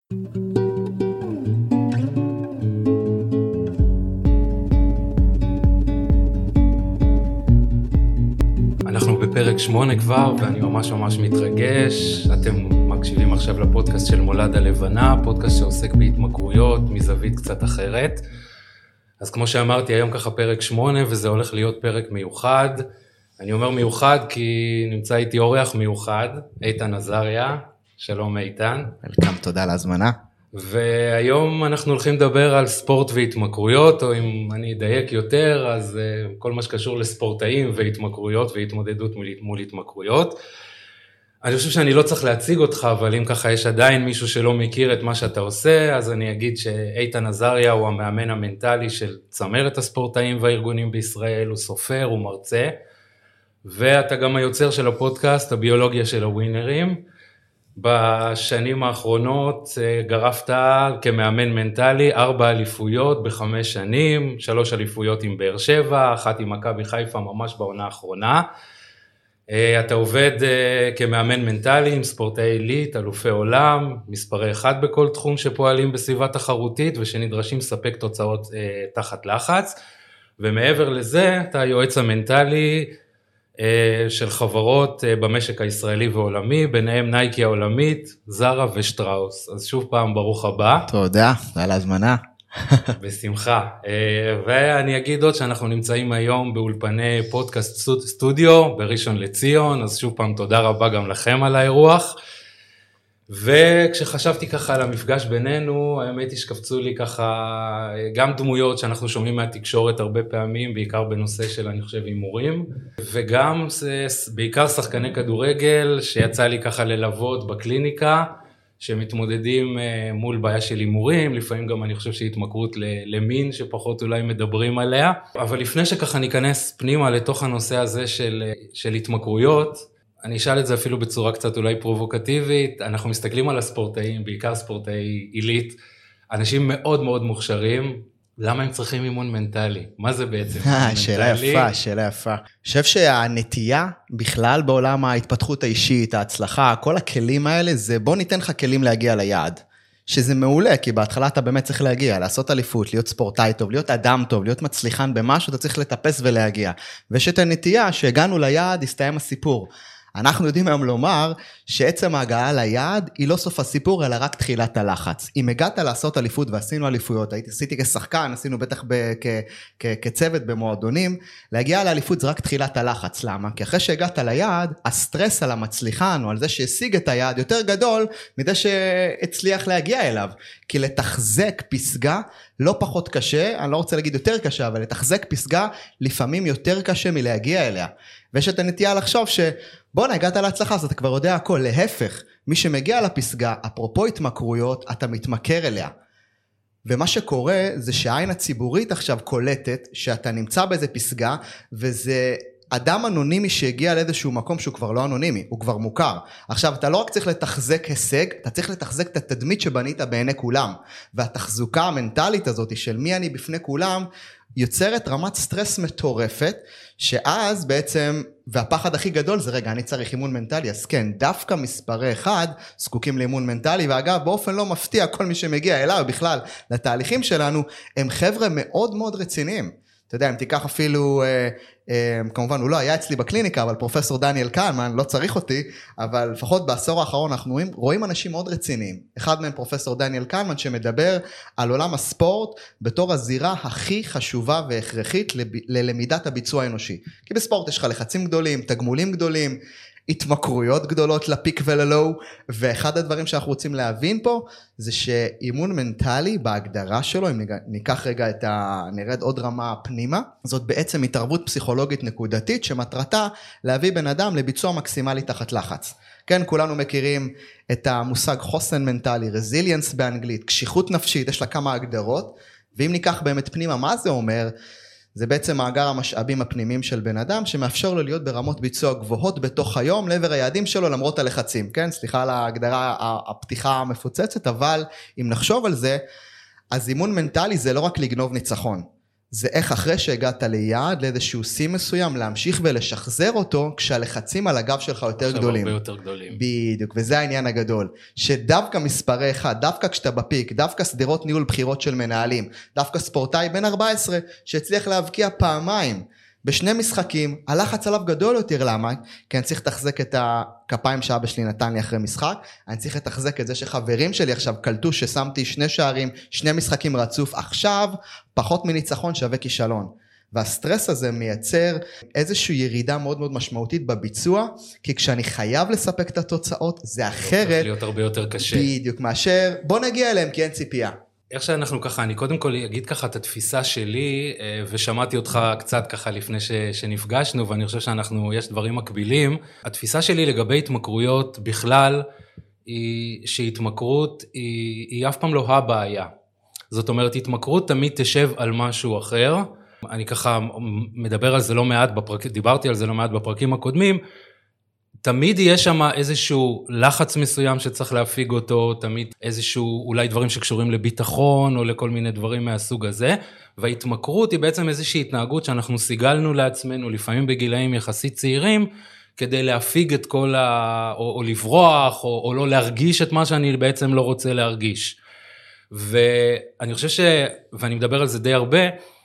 אנחנו בפרק 8 כבר, ואני ממש מתרגש. אתם מקשיבים עכשיו לפודקאסט של מולד הלבנה, פודקאסט שעוסק בהתמכרויות מזווית קצת אחרת. אז כמו שאמרתי, היום ככה פרק 8, וזה הולך להיות פרק מיוחד. אני אומר מיוחד כי נמצא איתי אורח מיוחד, איתן עזריה. שלום איתן. תודה על ההזמנה. והיום אנחנו הולכים לדבר על ספורט והתמכרויות, או אם אני אדייק יותר, אז כל מה שקשור לספורטאים והתמכרויות והתמודדות מול התמכרויות. אני חושב שאני לא צריך להציג אותך, אבל אם ככה יש עדיין מישהו שלא מכיר את מה שאתה עושה, אז אני אגיד שאיתן עזריה הוא המאמן המנטלי של צמרת הספורטאים והארגונים בישראל, הוא סופר, הוא מרצה, ואתה גם היוצר של הפודקאסט, הביולוגיה של הווינרים. בשנים האחרונות גרפת כמאמן מנטלי 4 אליפויות ב5 שנים, 3 אליפויות עם באר שבע, 1 עם מכבי חיפה ממש בעונה האחרונה. אתה עובד כמאמן מנטלי עם ספורטאי עילית, אלופי עולם, מספרי 1 בכל תחום שפועלים בסביבה תחרותית ושנדרשים לספק תוצאות תחת לחץ. ומעבר לזה אתה היועץ המנטלי של חברות במשק הישראלי ועולמי, ביניהם נייקי העולמית, זרה ושטראוס. אז שוב פעם ברוך הבא. תודה על ההזמנה. בשמחה. ואני אגיד עוד שאנחנו נמצאים היום באולפני פודקאסט סטודיו בראשון לציון, אז שוב פעם תודה רבה גם לכם על האירוח. וכשחשבתי ככה על המפגש בינינו, האמת היא שקפצו לי ככה גם דמויות שאנחנו שומעים מהתקשורת הרבה פעמים, בעיקר בנושא של אני חושב הימורים, וגם בעיקר שחקני כדורגל שיצא לי ככה ללוות בקליניקה, שמתמודדים מול בעיה של הימורים, לפעמים גם אני חושב שהיא התמכרות למין שפחות אולי מדברים עליה, אבל לפני שככה ניכנס פנימה לתוך הנושא הזה של התמכרויות, אני אשאל את זה אפילו בצורה קצת אולי פרובוקטיבית, אנחנו מסתכלים על הספורטאים, בעיקר ספורטאי עילית, אנשים מאוד מאוד מוכשרים, למה הם צריכים אימון מנטלי? מה זה בעצם? שאלה יפה. אני חושב שהנטייה בכלל בעולם ההתפתחות האישית, ההצלחה, כל הכלים האלה זה בוא ניתן לך כלים להגיע ליעד. שזה מעולה, כי בהתחלה אתה באמת צריך להגיע, לעשות אליפות, להיות ספורטאי טוב, להיות אדם טוב, להיות מצליחן במשהו, אתה צריך לטפס ולהגיע. ויש את הנטייה שהגענו ליעד, הסתיים הסיפור. אנחנו יודעים היום לומר שעצם ההגעה ליעד היא לא סוף הסיפור, אלא רק תחילת הלחץ. אם הגעת לעשות אליפות ועשינו אליפויות, עשיתי כשחקן, עשינו בטח כצוות במועדונים, להגיע לאליפות זה רק תחילת הלחץ. למה? כי אחרי שהגעת ליעד, הסטרס על המצליחן או על זה שהשיג את היעד יותר גדול, מדי שהצליח להגיע אליו. כי לתחזק פסגה לא פחות קשה, אני לא רוצה להגיד יותר קשה, אבל לתחזק פסגה לפעמים יותר קשה מלהגיע אליה. ויש את הנטייה לחשוב שבוא הגעת להצלחה, אז אתה כבר יודע הכל, להפך, מי שמגיע לפסגה, אפרופו התמכרויות, אתה מתמכר אליה. ומה שקורה זה שהעין הציבורית עכשיו קולטת, שאתה נמצא באיזה פסגה, וזה אדם אנונימי שהגיע לאיזשהו מקום שהוא כבר לא אנונימי, הוא כבר מוכר. עכשיו, אתה לא רק צריך לתחזק הישג, אתה צריך לתחזק את התדמית שבנית בעיני כולם. והתחזוקה המנטלית הזאת של מי אני בפני כולם, יוצרת רמת סטרס מטורפת, שאז בעצם, והפחד הכי גדול זה רגע, אני צריך אימון מנטלי, אז כן, דווקא מספרי 1 זקוקים לאימון מנטלי, ואגב, באופן לא מפתיע, כל מי שמגיע אליו בכלל לתהליכים שלנו, הם חבר'ה מאוד מאוד רציניים. אתה יודע, אם תיקח אפילו, כמובן הוא לא היה אצלי בקליניקה, אבל פרופסור דניאל קלמן, לא צריך אותי, אבל לפחות בעשור האחרון אנחנו רואים אנשים מאוד רציניים. אחד מהם פרופסור דניאל קלמן, שמדבר על עולם הספורט, בתור הזירה הכי חשובה והכרחית ללמידת הביצוע האנושי. כי בספורט יש לך לחצים גדולים, תגמולים גדולים, התמכרויות גדולות לפיק וללואו, ואחד הדברים שאנחנו רוצים להבין פה, זה שאימון מנטלי בהגדרה שלו, אם ניקח רגע נרד עוד רמה פנימה, זאת בעצם התערבות פסיכולוגית נקודתית, שמטרתה להביא בן אדם לביצוע מקסימלי תחת לחץ. כן, כולנו מכירים את המושג חוסן מנטלי, רזיליאנס באנגלית, קשיחות נפשית, יש לה כמה הגדרות, ואם ניקח באמת פנימה מה זה אומר, זה בעצם מאגר המשאבים הפנימיים של בן אדם, שמאפשר לו להיות ברמות ביצוע גבוהות בתוך היום, לעבר היעדים שלו למרות הלחצים, כן? סליחה על ההגדרה, הפתיחה המפוצצת, אבל אם נחשוב על זה, אז אימון מנטלי זה לא רק לגנוב ניצחון, זה איך אחרי שהגעת ליעד, לאיזשהו שיא מסוים, להמשיך ולשחזר אותו, כשהלחצים על הגב שלך יותר גדולים. הרבה יותר גדולים. בדיוק, וזה העניין הגדול. שדווקא מספרי אחד, דווקא כשאתה בפיק, דווקא סדירות ניהול בחירות של מנהלים, דווקא ספורטאי בן 14, שהצליח להבקיע פעמיים, בשני משחקים, הלחץ עליו גדול יותר, למה? כי אני צריך לתחזק את הכפיים שאבא שלי נתן לי אחרי משחק, אני צריך לתחזק את זה שחברים שלי עכשיו קלטו ששמתי 2 שערים, 2 משחקים רצוף, עכשיו פחות מניצחון שווה כישלון. והסטרס הזה מייצר איזושהי ירידה מאוד מאוד משמעותית בביצוע, כי כשאני חייב לספק את התוצאות, זה אחרת. צריך להיות הרבה יותר קשה. בדיוק, מאשר בוא נגיע אליהם כי אין ציפייה. איך שאנחנו ככה, אני קודם כל אגיד ככה את התפיסה שלי, ושמעתי אותך קצת ככה לפני שנפגשנו, ואני חושב יש דברים מקבילים. התפיסה שלי לגבי התמכרויות בכלל, היא שהתמכרות היא אף פעם לא הבעיה. זאת אומרת, התמכרות תמיד תשב על משהו אחר. אני ככה מדבר על זה לא מעט, דיברתי על זה לא מעט בפרקים הקודמים, תמיד יש שם איזשהו לחץ מסוים שצריך להפיג אותו, תמיד איזשהו אולי דברים שקשורים לביטחון או לכל מיני דברים מהסוג הזה, וההתמכרות היא בעצם איזושהי התנהגות שאנחנו סיגלנו לעצמנו, לפעמים בגילאים יחסית צעירים, כדי להפיג את כל או לברוח, או לא להרגיש את מה שאני בעצם לא רוצה להרגיש. ואני חושב ואני מדבר על זה די הרבה,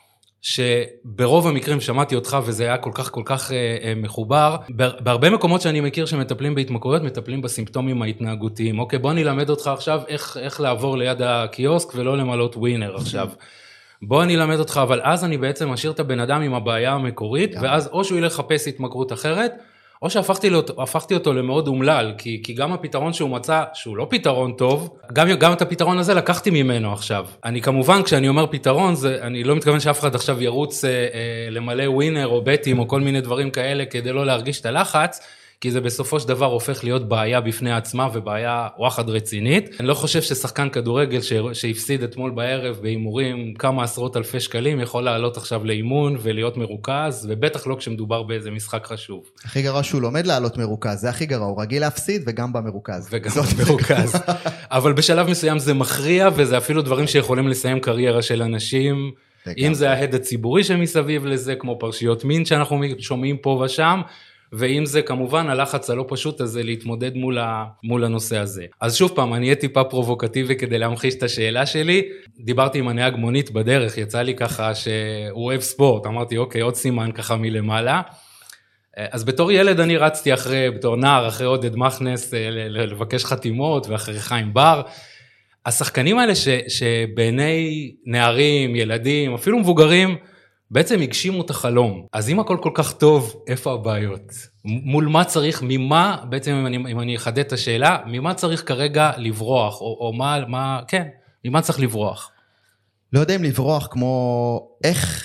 שברוב המקרים שמעתי אותך וזה היה כל כך מחובר, בהרבה מקומות שאני מכיר שמטפלים בהתמכרויות, מטפלים בסימפטומים ההתנהגותיים. אוקיי, בוא אני אלמד אותך עכשיו איך לעבור ליד הקיוסק ולא למלות ווינר עכשיו. בוא אני אלמד אותך, אבל אז אני בעצם משאיר את הבן אדם עם הבעיה המקורית, ואז או שהוא ילך לחפש התמכרות אחרת, או שהפכתי אותו למאוד אומלל, כי גם הפתרון שהוא מצא, שהוא לא פתרון טוב, גם את הפתרון הזה לקחתי ממנו עכשיו. אני כמובן, כשאני אומר פתרון, אני לא מתכוון שאף אחד עכשיו ירוץ למלא ווינר או בטים או כל מיני דברים כאלה, כדי לא להרגיש את הלחץ, כי זה בסופו של דבר הופך להיות בעיה בפני עצמה, ובעיה וואחד רצינית. אני לא חושב ששחקן כדורגל שהפסיד אתמול בערב באימורים כמה עשרות אלפי שקלים, יכול לעלות עכשיו לאימון ולהיות מרוכז, ובטח לא כשמדובר באיזה משחק חשוב. הכי גרוע שהוא לומד לעלות מרוכז, זה הכי גרוע, הוא רגיל להפסיד וגם במרוכז. וגם במרוכז. אבל בשלב מסוים זה מכריע, וזה אפילו דברים שיכולים לסיים קריירה של אנשים, אם זה ההד הציבורי שמסביב לזה, כמו פרשיות מין שאנחנו שומעים פה ושם, ואם זה כמובן הלחץ הלא פשוט הזה להתמודד מול הנושא הזה. אז שוב פעם, אני אהיה טיפה פרובוקטיבי כדי להמחיש את השאלה שלי. דיברתי עם הנהג מונית בדרך, יצא לי ככה שהוא אוהב ספורט, אמרתי אוקיי, עוד סימן ככה מלמעלה. אז בתור ילד אני רצתי בתור נער, אחרי עודד מכנס, לבקש חתימות, ואחרי חיים בר. השחקנים האלה שבעיני נערים, ילדים, אפילו מבוגרים, בעצם הגשימו את החלום. אז אם הכל כל כך טוב, איפה הבעיות? מול מה צריך, בעצם אם אני אחדד את השאלה, ממה צריך כרגע לברוח, או כן, ממה צריך לברוח? לא יודע אם לברוח כמו איך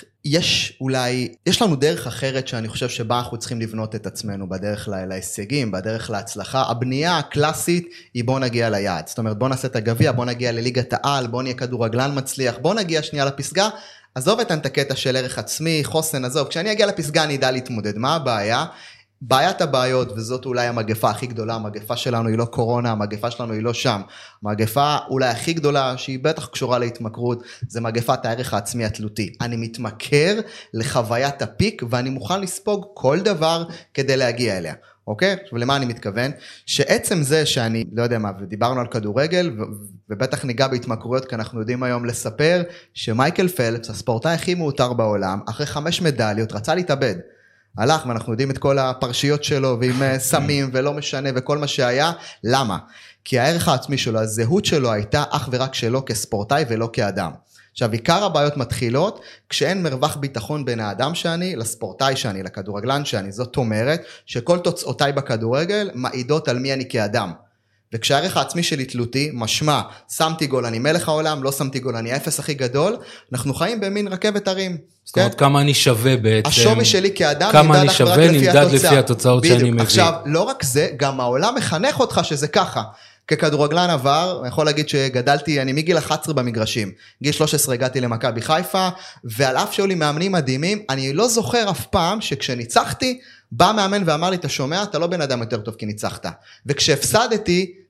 יש לנו דרך אחרת שאני חושב שבה אנחנו צריכים לבנות את עצמנו, בדרך להישגים, בדרך להצלחה. הבנייה הקלאסית היא בוא נגיע ליעד. זאת אומרת, בוא נעשה את הגביע, בוא נגיע לליגת העל, בוא נהיה כדורגלן מצליח, בוא נגיע שנייה לפסגה, עזוב את הקטע של ערך עצמי, חוסן, עזוב, כשאני אגיע לפסגה אני אדע להתמודד. מה הבעיה? בעיית הבעיות, וזאת אולי המגפה הכי גדולה, המגפה שלנו היא לא קורונה, המגפה שלנו היא לא שם, המגפה אולי הכי גדולה, שהיא בטח קשורה להתמכרות, זה מגפת הערך העצמי התלותי. אני מתמכר לחוויית הפיק, ואני מוכן לספוג כל דבר כדי להגיע אליה. אוקיי? ולמה אני מתכוון? שעצם זה שאני, לא יודע מה, ודיברנו על כדורגל, ובטח ניגע בהתמכרויות, כי אנחנו יודעים היום לספר, שמייקל פלפס, הספורטאי הכי מאותר בעולם, אחרי 5 מדליות, רצה להתאבד. הלך, ואנחנו יודעים את כל הפרשיות שלו, ועם סמים, ולא משנה, וכל מה שהיה. למה? כי הערך העצמי שלו, הזהות שלו הייתה אך ורק שלו כספורטאי, ולא כאדם. עכשיו, עיקר הבעיות מתחילות, כשאין מרווח ביטחון בין האדם שאני, לספורטאי שאני, לכדורגלן שאני. זאת אומרת, שכל תוצאותיי בכדורגל, מעידות על מי אני כאדם. וכשהערך העצמי שלי תלותי, משמע, שמתי גול, אני מלך העולם, לא שמתי גול, אני האפס הכי גדול, אנחנו חיים במין רכבת הרים. זאת אומרת, כמה אני שווה בעצם. השווי שלי כאדם כמה אני שווה נמדד לפי התוצאות שאני מביא. עכשיו, לא רק זה, גם העולם מחנך אותך שזה ככה. ככדורגלן עבר, אני יכול להגיד שגדלתי, אני מגיל 11 במגרשים. גיל 13 הגעתי למכבי חיפה, ועל אף שהיו לי מאמנים מדהימים, אני לא זוכר אף פעם שכשניצחתי, בא מאמן ואמר לי, אתה שומע, אתה לא בן אדם יותר טוב כי ניצחת. וכשהפסדתי,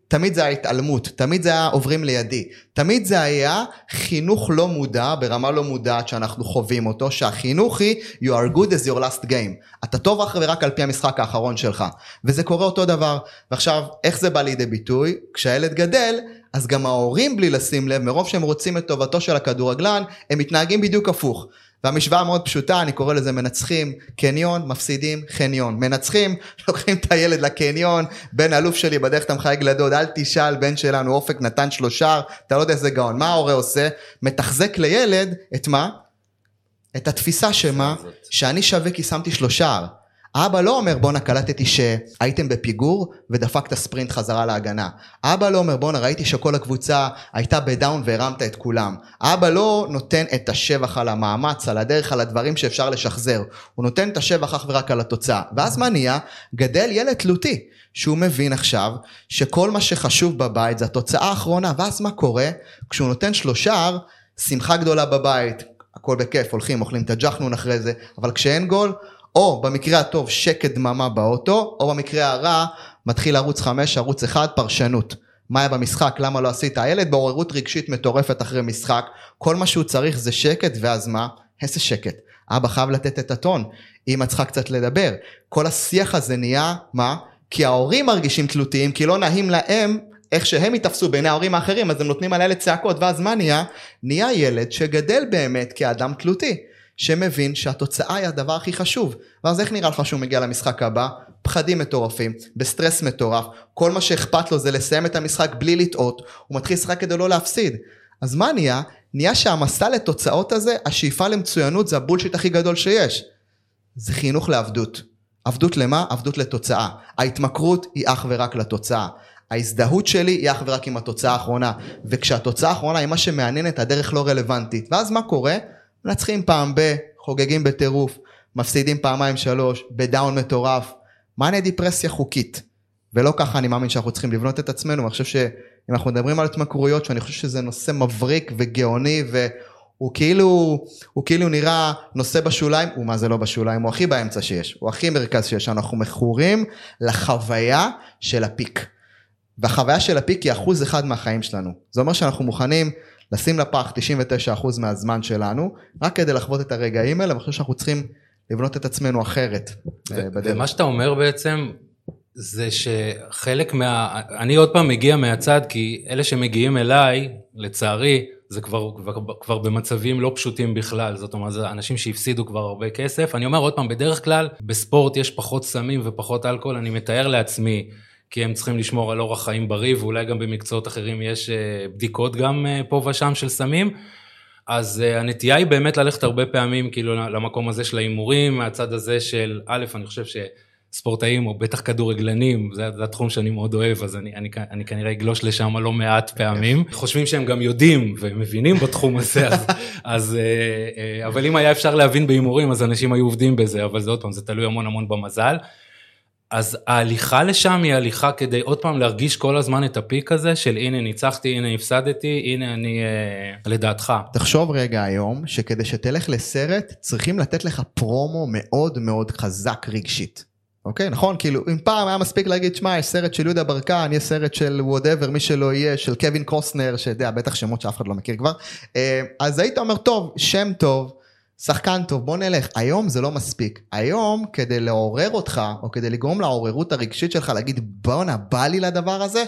תמיד זה היה התעלמות, תמיד זה היה עוברים לידי, תמיד זה היה חינוך לא מודע, ברמה לא מודעת שאנחנו חווים אותו, שהחינוך היא you are good as your last game, אתה טוב אך ורק על פי המשחק האחרון שלך, וזה קורה אותו דבר, ועכשיו איך זה בא לידי ביטוי? כשהילד גדל, אז גם ההורים בלי לשים לב, מרוב שהם רוצים את טובתו של הכדורגלן, הם מתנהגים בדיוק הפוך, והמשוואה מאוד פשוטה, אני קורא לזה מנצחים קניון, מפסידים חניון. מנצחים, לוקחים את הילד לקניון, בן אלוף שלי בדרך אתה מחייג לדוד, אל תשאל, בן שלנו אופק נתן 3 שער, אתה לא יודע איזה גאון. מה ההורה עושה? מתחזק לילד את מה? את התפיסה שמה? שאני שווה כי שמתי 3 שער. האבא לא אומר בוא נקלטתי שהייתם בפיגור ודפקת ספרינט חזרה להגנה. האבא לא אומר בוא ראיתי שכל הקבוצה הייתה בדאון והרמת את כולם. האבא לא נותן את השבח על המאמץ, על הדרך, על הדברים שאפשר לשחזר. הוא נותן את השבח אך ורק על התוצאה. ואז מה נהיה? גדל ילד תלותי, שהוא מבין עכשיו שכל מה שחשוב בבית זה התוצאה האחרונה. ואז מה קורה? כשהוא נותן 3 שער, שמחה גדולה בבית, הכל בכיף, הולכים, אוכלים את הג'חנון אחרי זה, אבל כשאין גול, או במקרה הטוב שקט דממה באוטו, או במקרה הרע מתחיל ערוץ 5, ערוץ 1, פרשנות. מה היה במשחק? למה לא עשית? הילד בעוררות רגשית מטורפת אחרי משחק, כל מה שהוא צריך זה שקט, ואז מה? איזה שקט. אבא חייב לתת את הטון, אמא צריכה קצת לדבר. כל השיח הזה נהיה, מה? כי ההורים מרגישים תלותיים, כי לא נעים להם, איך שהם יתפסו בעיני ההורים האחרים, אז הם נותנים על הילד צעקות, ואז מה נהיה? נהיה ילד שגדל באמת כאדם תלותי. שמבין שהתוצאה היא הדבר הכי חשוב. ואז איך נראה לך שהוא מגיע למשחק הבא? פחדים מטורפים, בסטרס מטורף, כל מה שאכפת לו זה לסיים את המשחק בלי לטעות, הוא מתחיל לשחק כדי לא להפסיד. אז מה נהיה? נהיה שהמסע לתוצאות הזה, השאיפה למצוינות זה הבולשיט הכי גדול שיש. זה חינוך לעבדות. עבדות למה? עבדות לתוצאה. ההתמכרות היא אך ורק לתוצאה. ההזדהות שלי היא אך ורק עם התוצאה האחרונה, וכשהתוצאה האחרונה היא מה שמעניינת, הדרך לא רלוונטית. ואז מה קורה? מנצחים פעם חוגגים בטירוף, מפסידים 2-3, בדאון מטורף. מה דיפרסיה חוקית? ולא ככה אני מאמין שאנחנו צריכים לבנות את עצמנו, ואני חושב שאם אנחנו מדברים על התמכרויות, שאני חושב שזה נושא מבריק וגאוני, והוא כאילו נראה נושא בשוליים, ומה זה לא בשוליים, הוא הכי באמצע שיש, הוא הכי מרכז שיש, אנחנו מכורים לחוויה של הפיק. והחוויה של הפיק היא 1% מהחיים שלנו. זה אומר שאנחנו מוכנים לשים לפח 99% מהזמן שלנו, רק כדי לחוות את הרגעים האלה, ואני חושב שאנחנו צריכים לבנות את עצמנו אחרת. ומה שאתה אומר בעצם, זה שחלק אני עוד פעם מגיע מהצד, כי אלה שמגיעים אליי, לצערי, זה כבר במצבים לא פשוטים בכלל, זאת אומרת, זה אנשים שהפסידו כבר הרבה כסף. אני אומר עוד פעם, בדרך כלל, בספורט יש פחות סמים ופחות אלכוהול, אני מתאר לעצמי, כי הם צריכים לשמור על אורח חיים בריא, ואולי גם במקצועות אחרים יש בדיקות גם פה ושם של סמים, אז הנטייה היא באמת ללכת הרבה פעמים כאילו למקום הזה של האימורים, מהצד הזה של א', אני חושב שספורטאים או בטח כדורגלנים, זה התחום שאני מאוד אוהב, אז אני כנראה אגלוש לשם לא מעט פעמים, חושבים שהם גם יודעים ומבינים בתחום הזה, אבל אם היה אפשר להבין באימורים, אז אנשים היו עובדים בזה, אבל זה עוד פעם, זה תלוי המון במזל. אז ההליכה לשם היא הליכה כדי עוד פעם להרגיש כל הזמן את הפיק הזה של הנה ניצחתי, הנה הפסדתי, הנה אני לדעתך. תחשוב רגע היום שכדי שתלך לסרט צריכים לתת לך פרומו מאוד מאוד חזק רגשית. אוקיי, נכון? כאילו אם פעם היה מספיק להגיד שמה יש סרט של יהודה ברקן, יש סרט של whatever, מי שלא יהיה, של קווין קוסטנר, שיודע בטח שמות שאף אחד לא מכיר כבר, אז היית אומר טוב, שם טוב, שחקן טוב, בוא נלך. היום זה לא מספיק. היום, כדי לעורר אותך, או כדי לגרום לעוררות הרגשית שלך, להגיד, בואנה, בא לי לדבר הזה,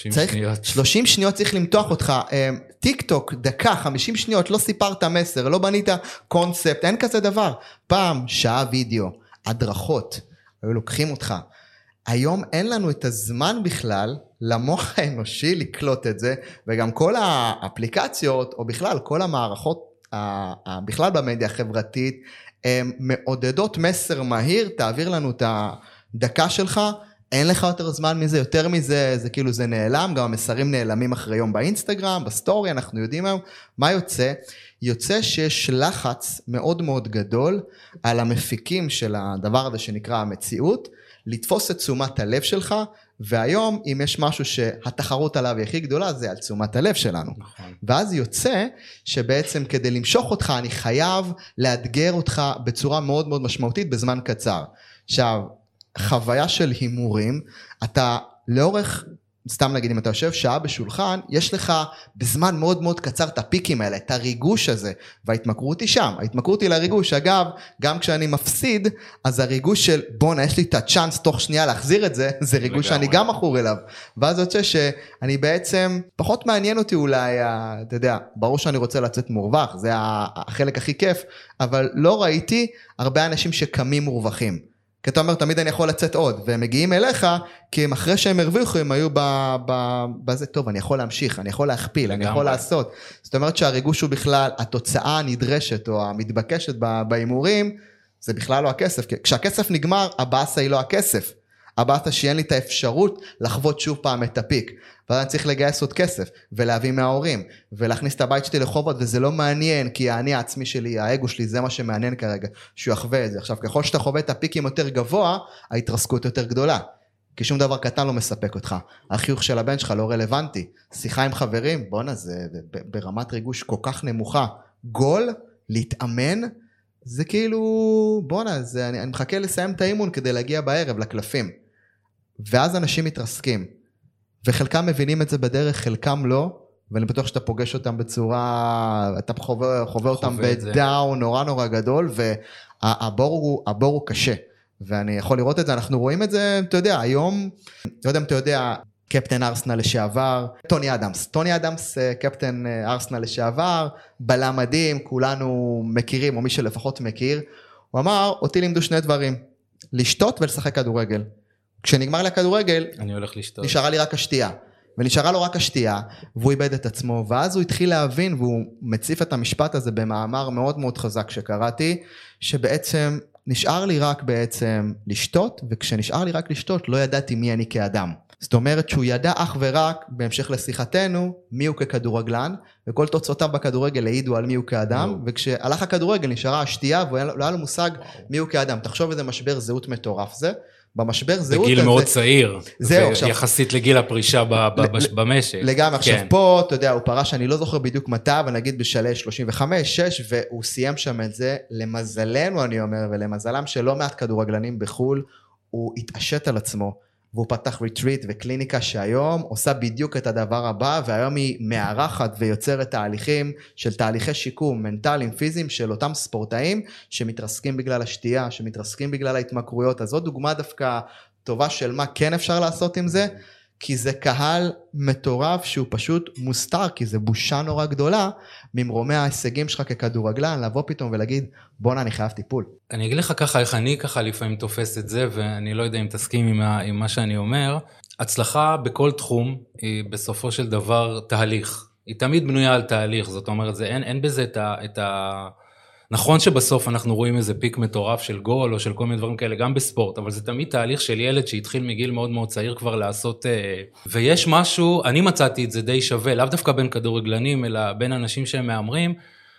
30 שניות צריך למתוח אותך. טיק טוק, דקה, 50 שניות, לא סיפרת מסר, לא בנית קונספט, אין כזה דבר. פעם, שעה וידאו, הדרכות, היו לוקחים אותך. היום אין לנו את הזמן בכלל, למוח האנושי לקלוט את זה, וגם כל האפליקציות, או בכלל, כל המערכות, בכלל במדיה החברתית, מעודדות מסר מהיר, תעביר לנו את הדקה שלך, אין לך יותר זמן מזה, יותר מזה, זה כאילו זה נעלם, גם המסרים נעלמים אחרי יום באינסטגרם, בסטורי, אנחנו יודעים היום, מה יוצא? יוצא שיש לחץ מאוד מאוד גדול, על המפיקים של הדבר הזה שנקרא המציאות, לתפוס את תשומת הלב שלך, והיום אם יש משהו שהתחרות עליו היא הכי גדולה, זה על תשומת הלב שלנו. נכון. ואז יוצא שבעצם כדי למשוך אותך, אני חייב לאתגר אותך בצורה מאוד מאוד משמעותית בזמן קצר. עכשיו, חוויה של הימורים, אתה לאורך סתם נגיד, אם אתה יושב שעה בשולחן, יש לך בזמן מאוד מאוד קצר את הפיקים האלה, את הריגוש הזה, וההתמכרות היא שם, ההתמכרות היא לריגוש, אגב, גם כשאני מפסיד, אז הריגוש של, בונה, יש לי את הצ'אנס תוך שנייה להחזיר את זה, זה ריגוש שאני גם מכור אליו, ואז יוצא שאני בעצם, פחות מעניין אותי אולי, אתה יודע, ברור שאני רוצה לצאת מורווח, זה החלק הכי כיף, אבל לא ראיתי הרבה אנשים שקמים מורווחים, כי אתה אומר, תמיד אני יכול לצאת עוד, והם מגיעים אליך, כי הם אחרי שהם הרוויחו, הם היו בזה, טוב, אני יכול להמשיך, אני יכול להכפיל, אני יכול לעשות. זאת אומרת שהריגוש הוא בכלל, התוצאה הנדרשת, או המתבקשת בהימורים, זה בכלל לא הכסף. כשהכסף נגמר, הבאסה היא לא הכסף. הבאסה שאין לי את האפשרות לחוות שוב פעם את הפיק. ואז אני צריך לגייס עוד כסף, ולהביא מההורים, ולהכניס את הבית שלי לחובות, וזה לא מעניין, כי אני העצמי שלי, האגו שלי, זה מה שמעניין כרגע, שהוא יחווה את זה. עכשיו, ככל שאתה חווה את הפיקים יותר גבוה, ההתרסקות יותר גדולה. כי שום דבר קטן לא מספק אותך. החיוך של הבן שלך לא רלוונטי. שיחה עם חברים, בונה, זה ברמת ריגוש כל כך נמוכה. גול, להתאמן, זה כאילו, בונה, אני מחכה לסיים את האימון כדי להגיע בערב לקלפים. ואז אנשים מתרסקים. וחלקם מבינים את זה בדרך, חלקם לא, ואני בטוח שאתה פוגש אותם בצורה, אתה חווה אותם בדאון נורא נורא גדול, והבור הוא קשה, ואני יכול לראות את זה, אנחנו רואים את זה, אתה יודע, היום, לא יודע אם אתה יודע, קפטן ארסנל לשעבר, טוני אדמס, קפטן ארסנל לשעבר, בלם מדהים, כולנו מכירים, או מי שלפחות מכיר, הוא אמר, אותי לימדו שני דברים, לשתות ולשחק כדורגל. כשנגמר לי הכדורגל, אני הולך לשתות. נשארה לי רק השתייה, ונשארה לו רק השתייה, והוא איבד את עצמו, ואז הוא התחיל להבין, והוא מציף את המשפט הזה במאמר מאוד מאוד חזק שקראתי, שבעצם נשאר לי רק בעצם לשתות, וכשנשאר לי רק לשתות, לא ידעתי מי אני כאדם. זאת אומרת שהוא ידע אך ורק, בהמשך לשיחתנו, מי הוא ככדורגלן, וכל תוצאותיו בכדורגל העידו על מי הוא כאדם, וכשהלך הכדורגל נשארה השתייה, ולא היה לו מושג מי הוא כאדם. תחשוב איזה משבר זהות מטורף זה, במשבר זהות הזה. בגיל מאוד צעיר, זהו, עכשיו. יחסית לגיל הפרישה במשק. לגמרי, עכשיו פה, אתה יודע, הוא פרש, אני לא זוכר בדיוק מתי, אבל נגיד בשלש 35, 6, והוא סיים שם את זה, למזלנו אני אומר, ולמזלם שלא מעט כדורגלנים בחול, הוא התעשת על עצמו, והוא פתח ריטריט וקליניקה שהיום עושה בדיוק את הדבר הבא, והיום היא מערכת ויוצרת תהליכים של תהליכי שיקום מנטליים, פיזיים של אותם ספורטאים שמתרסקים בגלל השתייה, שמתרסקים בגלל ההתמכרויות. אז זו דוגמה דווקא טובה של מה כן אפשר לעשות עם זה, כי זה קהל מטורף שהוא פשוט מוסתר, כי זה בושה נורא גדולה ממרומי ההישגים שלך ככדורגלן, לבוא פתאום ולהגיד, בונה, אני חייב טיפול. אני אגיד לך ככה, איך אני ככה לפעמים תופס את זה, ואני לא יודע אם תסכים עם מה שאני אומר, הצלחה בכל תחום היא בסופו של דבר תהליך. היא תמיד בנויה על תהליך, זאת אומרת, אין בזה את ה... נכון שבסוף אנחנו רואים איזה פיק מטורף של גול, או של כל מיני דברים כאלה, גם בספורט, אבל זה תמיד תהליך של ילד שהתחיל מגיל מאוד מאוד צעיר כבר לעשות, ויש משהו, אני מצאתי את זה די שווה, לאו דווקא בין כדורגלנים, אלא בין אנשים שהם מאמרים,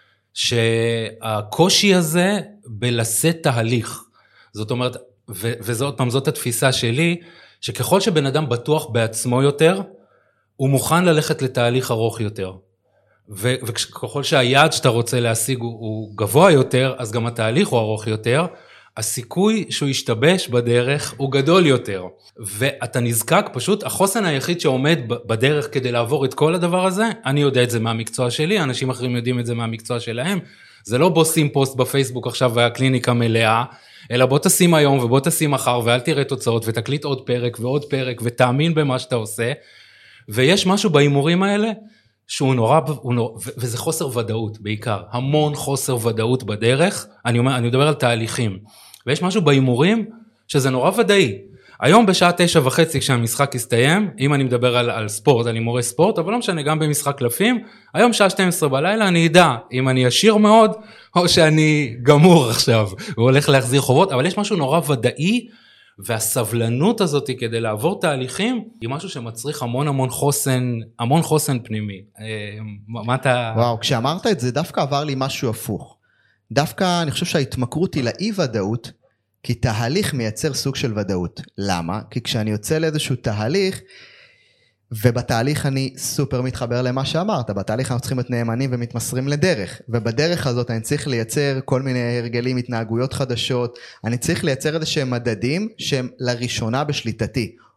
שהקושי הזה בלשאת תהליך, זאת אומרת, וזאת פעם, זאת התפיסה שלי, שככל שבן אדם בטוח בעצמו יותר, הוא מוכן ללכת לתהליך ארוך יותר. וככל שהיעד שאתה רוצה להשיג הוא גבוה יותר, אז גם התהליך הוא ארוך יותר, הסיכוי שהוא ישתבש בדרך הוא גדול יותר, ואתה נזקק פשוט, החוסן היחיד שעומד בדרך כדי לעבור את כל הדבר הזה, אני יודע את זה מהמקצוע שלי, אנשים אחרים יודעים את זה מהמקצוע שלהם, זה לא בוא שים פוסט בפייסבוק עכשיו והקליניקה מלאה, אלא בוא תשים היום ובוא תשים מחר, ואל תראה תוצאות ותקליט עוד פרק ועוד פרק, ותאמין במה שאתה עושה, ויש משהו בהימורים האלה, שהוא נורא, וזה חוסר ודאות בעיקר, המון חוסר ודאות בדרך, אני מדבר על תהליכים, ויש משהו בהימורים שזה נורא ודאי, היום בשעה 9:30 כשהמשחק יסתיים, אם אני מדבר על ספורט, אני מורה ספורט, אבל לא משנה, גם במשחק קלפים, היום שעה 12 בלילה אני אדע אם אני עשיר מאוד, או שאני גמור עכשיו, והולך להחזיר חובות, אבל יש משהו נורא ודאי, והסבלנות הזאת כדי לעבור תהליכים, היא משהו שמצריך המון חוסן פנימי. מה אתה... וואו, כשאמרת את זה, דווקא עבר לי משהו הפוך. דווקא אני חושב שההתמכרות היא לאי ודאות, כי תהליך מייצר סוג של ודאות. למה? כי כשאני יוצא לאיזשהו תהליך, ובתהליך אני סופר מתחבר למה שאמרת, בתהליך אנחנו צריכים להיות נאמנים ומתמסרים לדרך, ובדרך הזאת אני צריך לייצר כל מיני הרגלים, התנהגויות חדשות, אני צריך לייצר איזה שהם מדדים שהם לראשונה בשליטתי.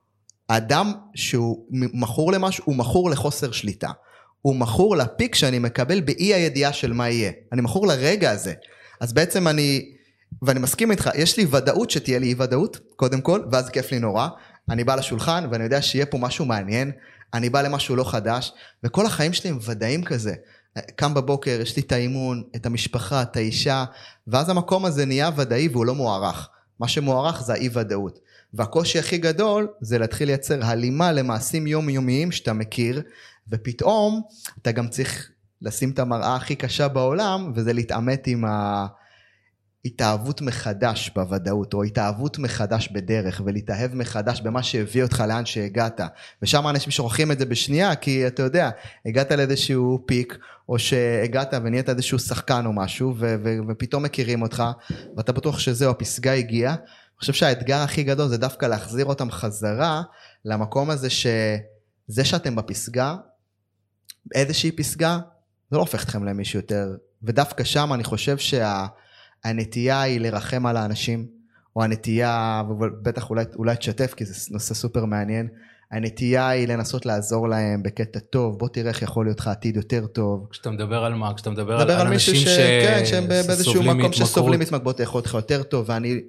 האדם שהוא מכור למשהו, הוא מכור לחוסר שליטה. הוא מכור לפיק שאני מקבל באי הידיעה של מה יהיה. אני מכור לרגע הזה. אז בעצם ואני מסכים איתך, יש לי ודאות שתהיה לי אי ודאות, קודם כל, ואז כיף לי נורא. אני בא לשולחן ואני יודע שיהיה פה משהו מעניין, אני בא למשהו לא חדש, וכל החיים שלי הם ודאים כזה. קם בבוקר, יש לי את האימון, את המשפחה, את האישה, ואז המקום הזה נהיה ודאי והוא לא מוערך. מה שמוערך זה האי ודאות. והקושי הכי גדול זה להתחיל לייצר הלימה למעשים יומיומיים שאתה מכיר, ופתאום אתה גם צריך לשים את המראה הכי קשה בעולם, וזה להתעמת עם התאהבות מחדש בוודאות, או התאהבות מחדש בדרך, ולהתאהב מחדש במה שהביא אותך לאן שהגעת. ושם אנשים שוכחים את זה בשנייה, כי אתה יודע, הגעת לאיזשהו פיק, או שהגעת ונהיית איזשהו שחקן או משהו, ופתאום מכירים אותך, ואתה בטוח שזהו, הפסגה הגיעה. אני חושב שהאתגר הכי גדול זה דווקא להחזיר אותם חזרה, למקום הזה שזה שאתם בפסגה, איזושהי פסגה, זה לא הופך אתכם למישהו יותר, ודווקא שם אני חושב הנטייה היא לרחם על האנשים, או הנטייה, ובטח אולי תשתף, כי זה נושא סופר מעניין, הנטייה היא לנסות לעזור להם בקטע טוב, בוא תראה איך יכול להיות לך עתיד יותר טוב. כשאתה מדבר על מה? כשאתה מדבר על אנשים שהם באיזשהו מקום שסובלים התמכרות, יכול להיות לך יותר טוב,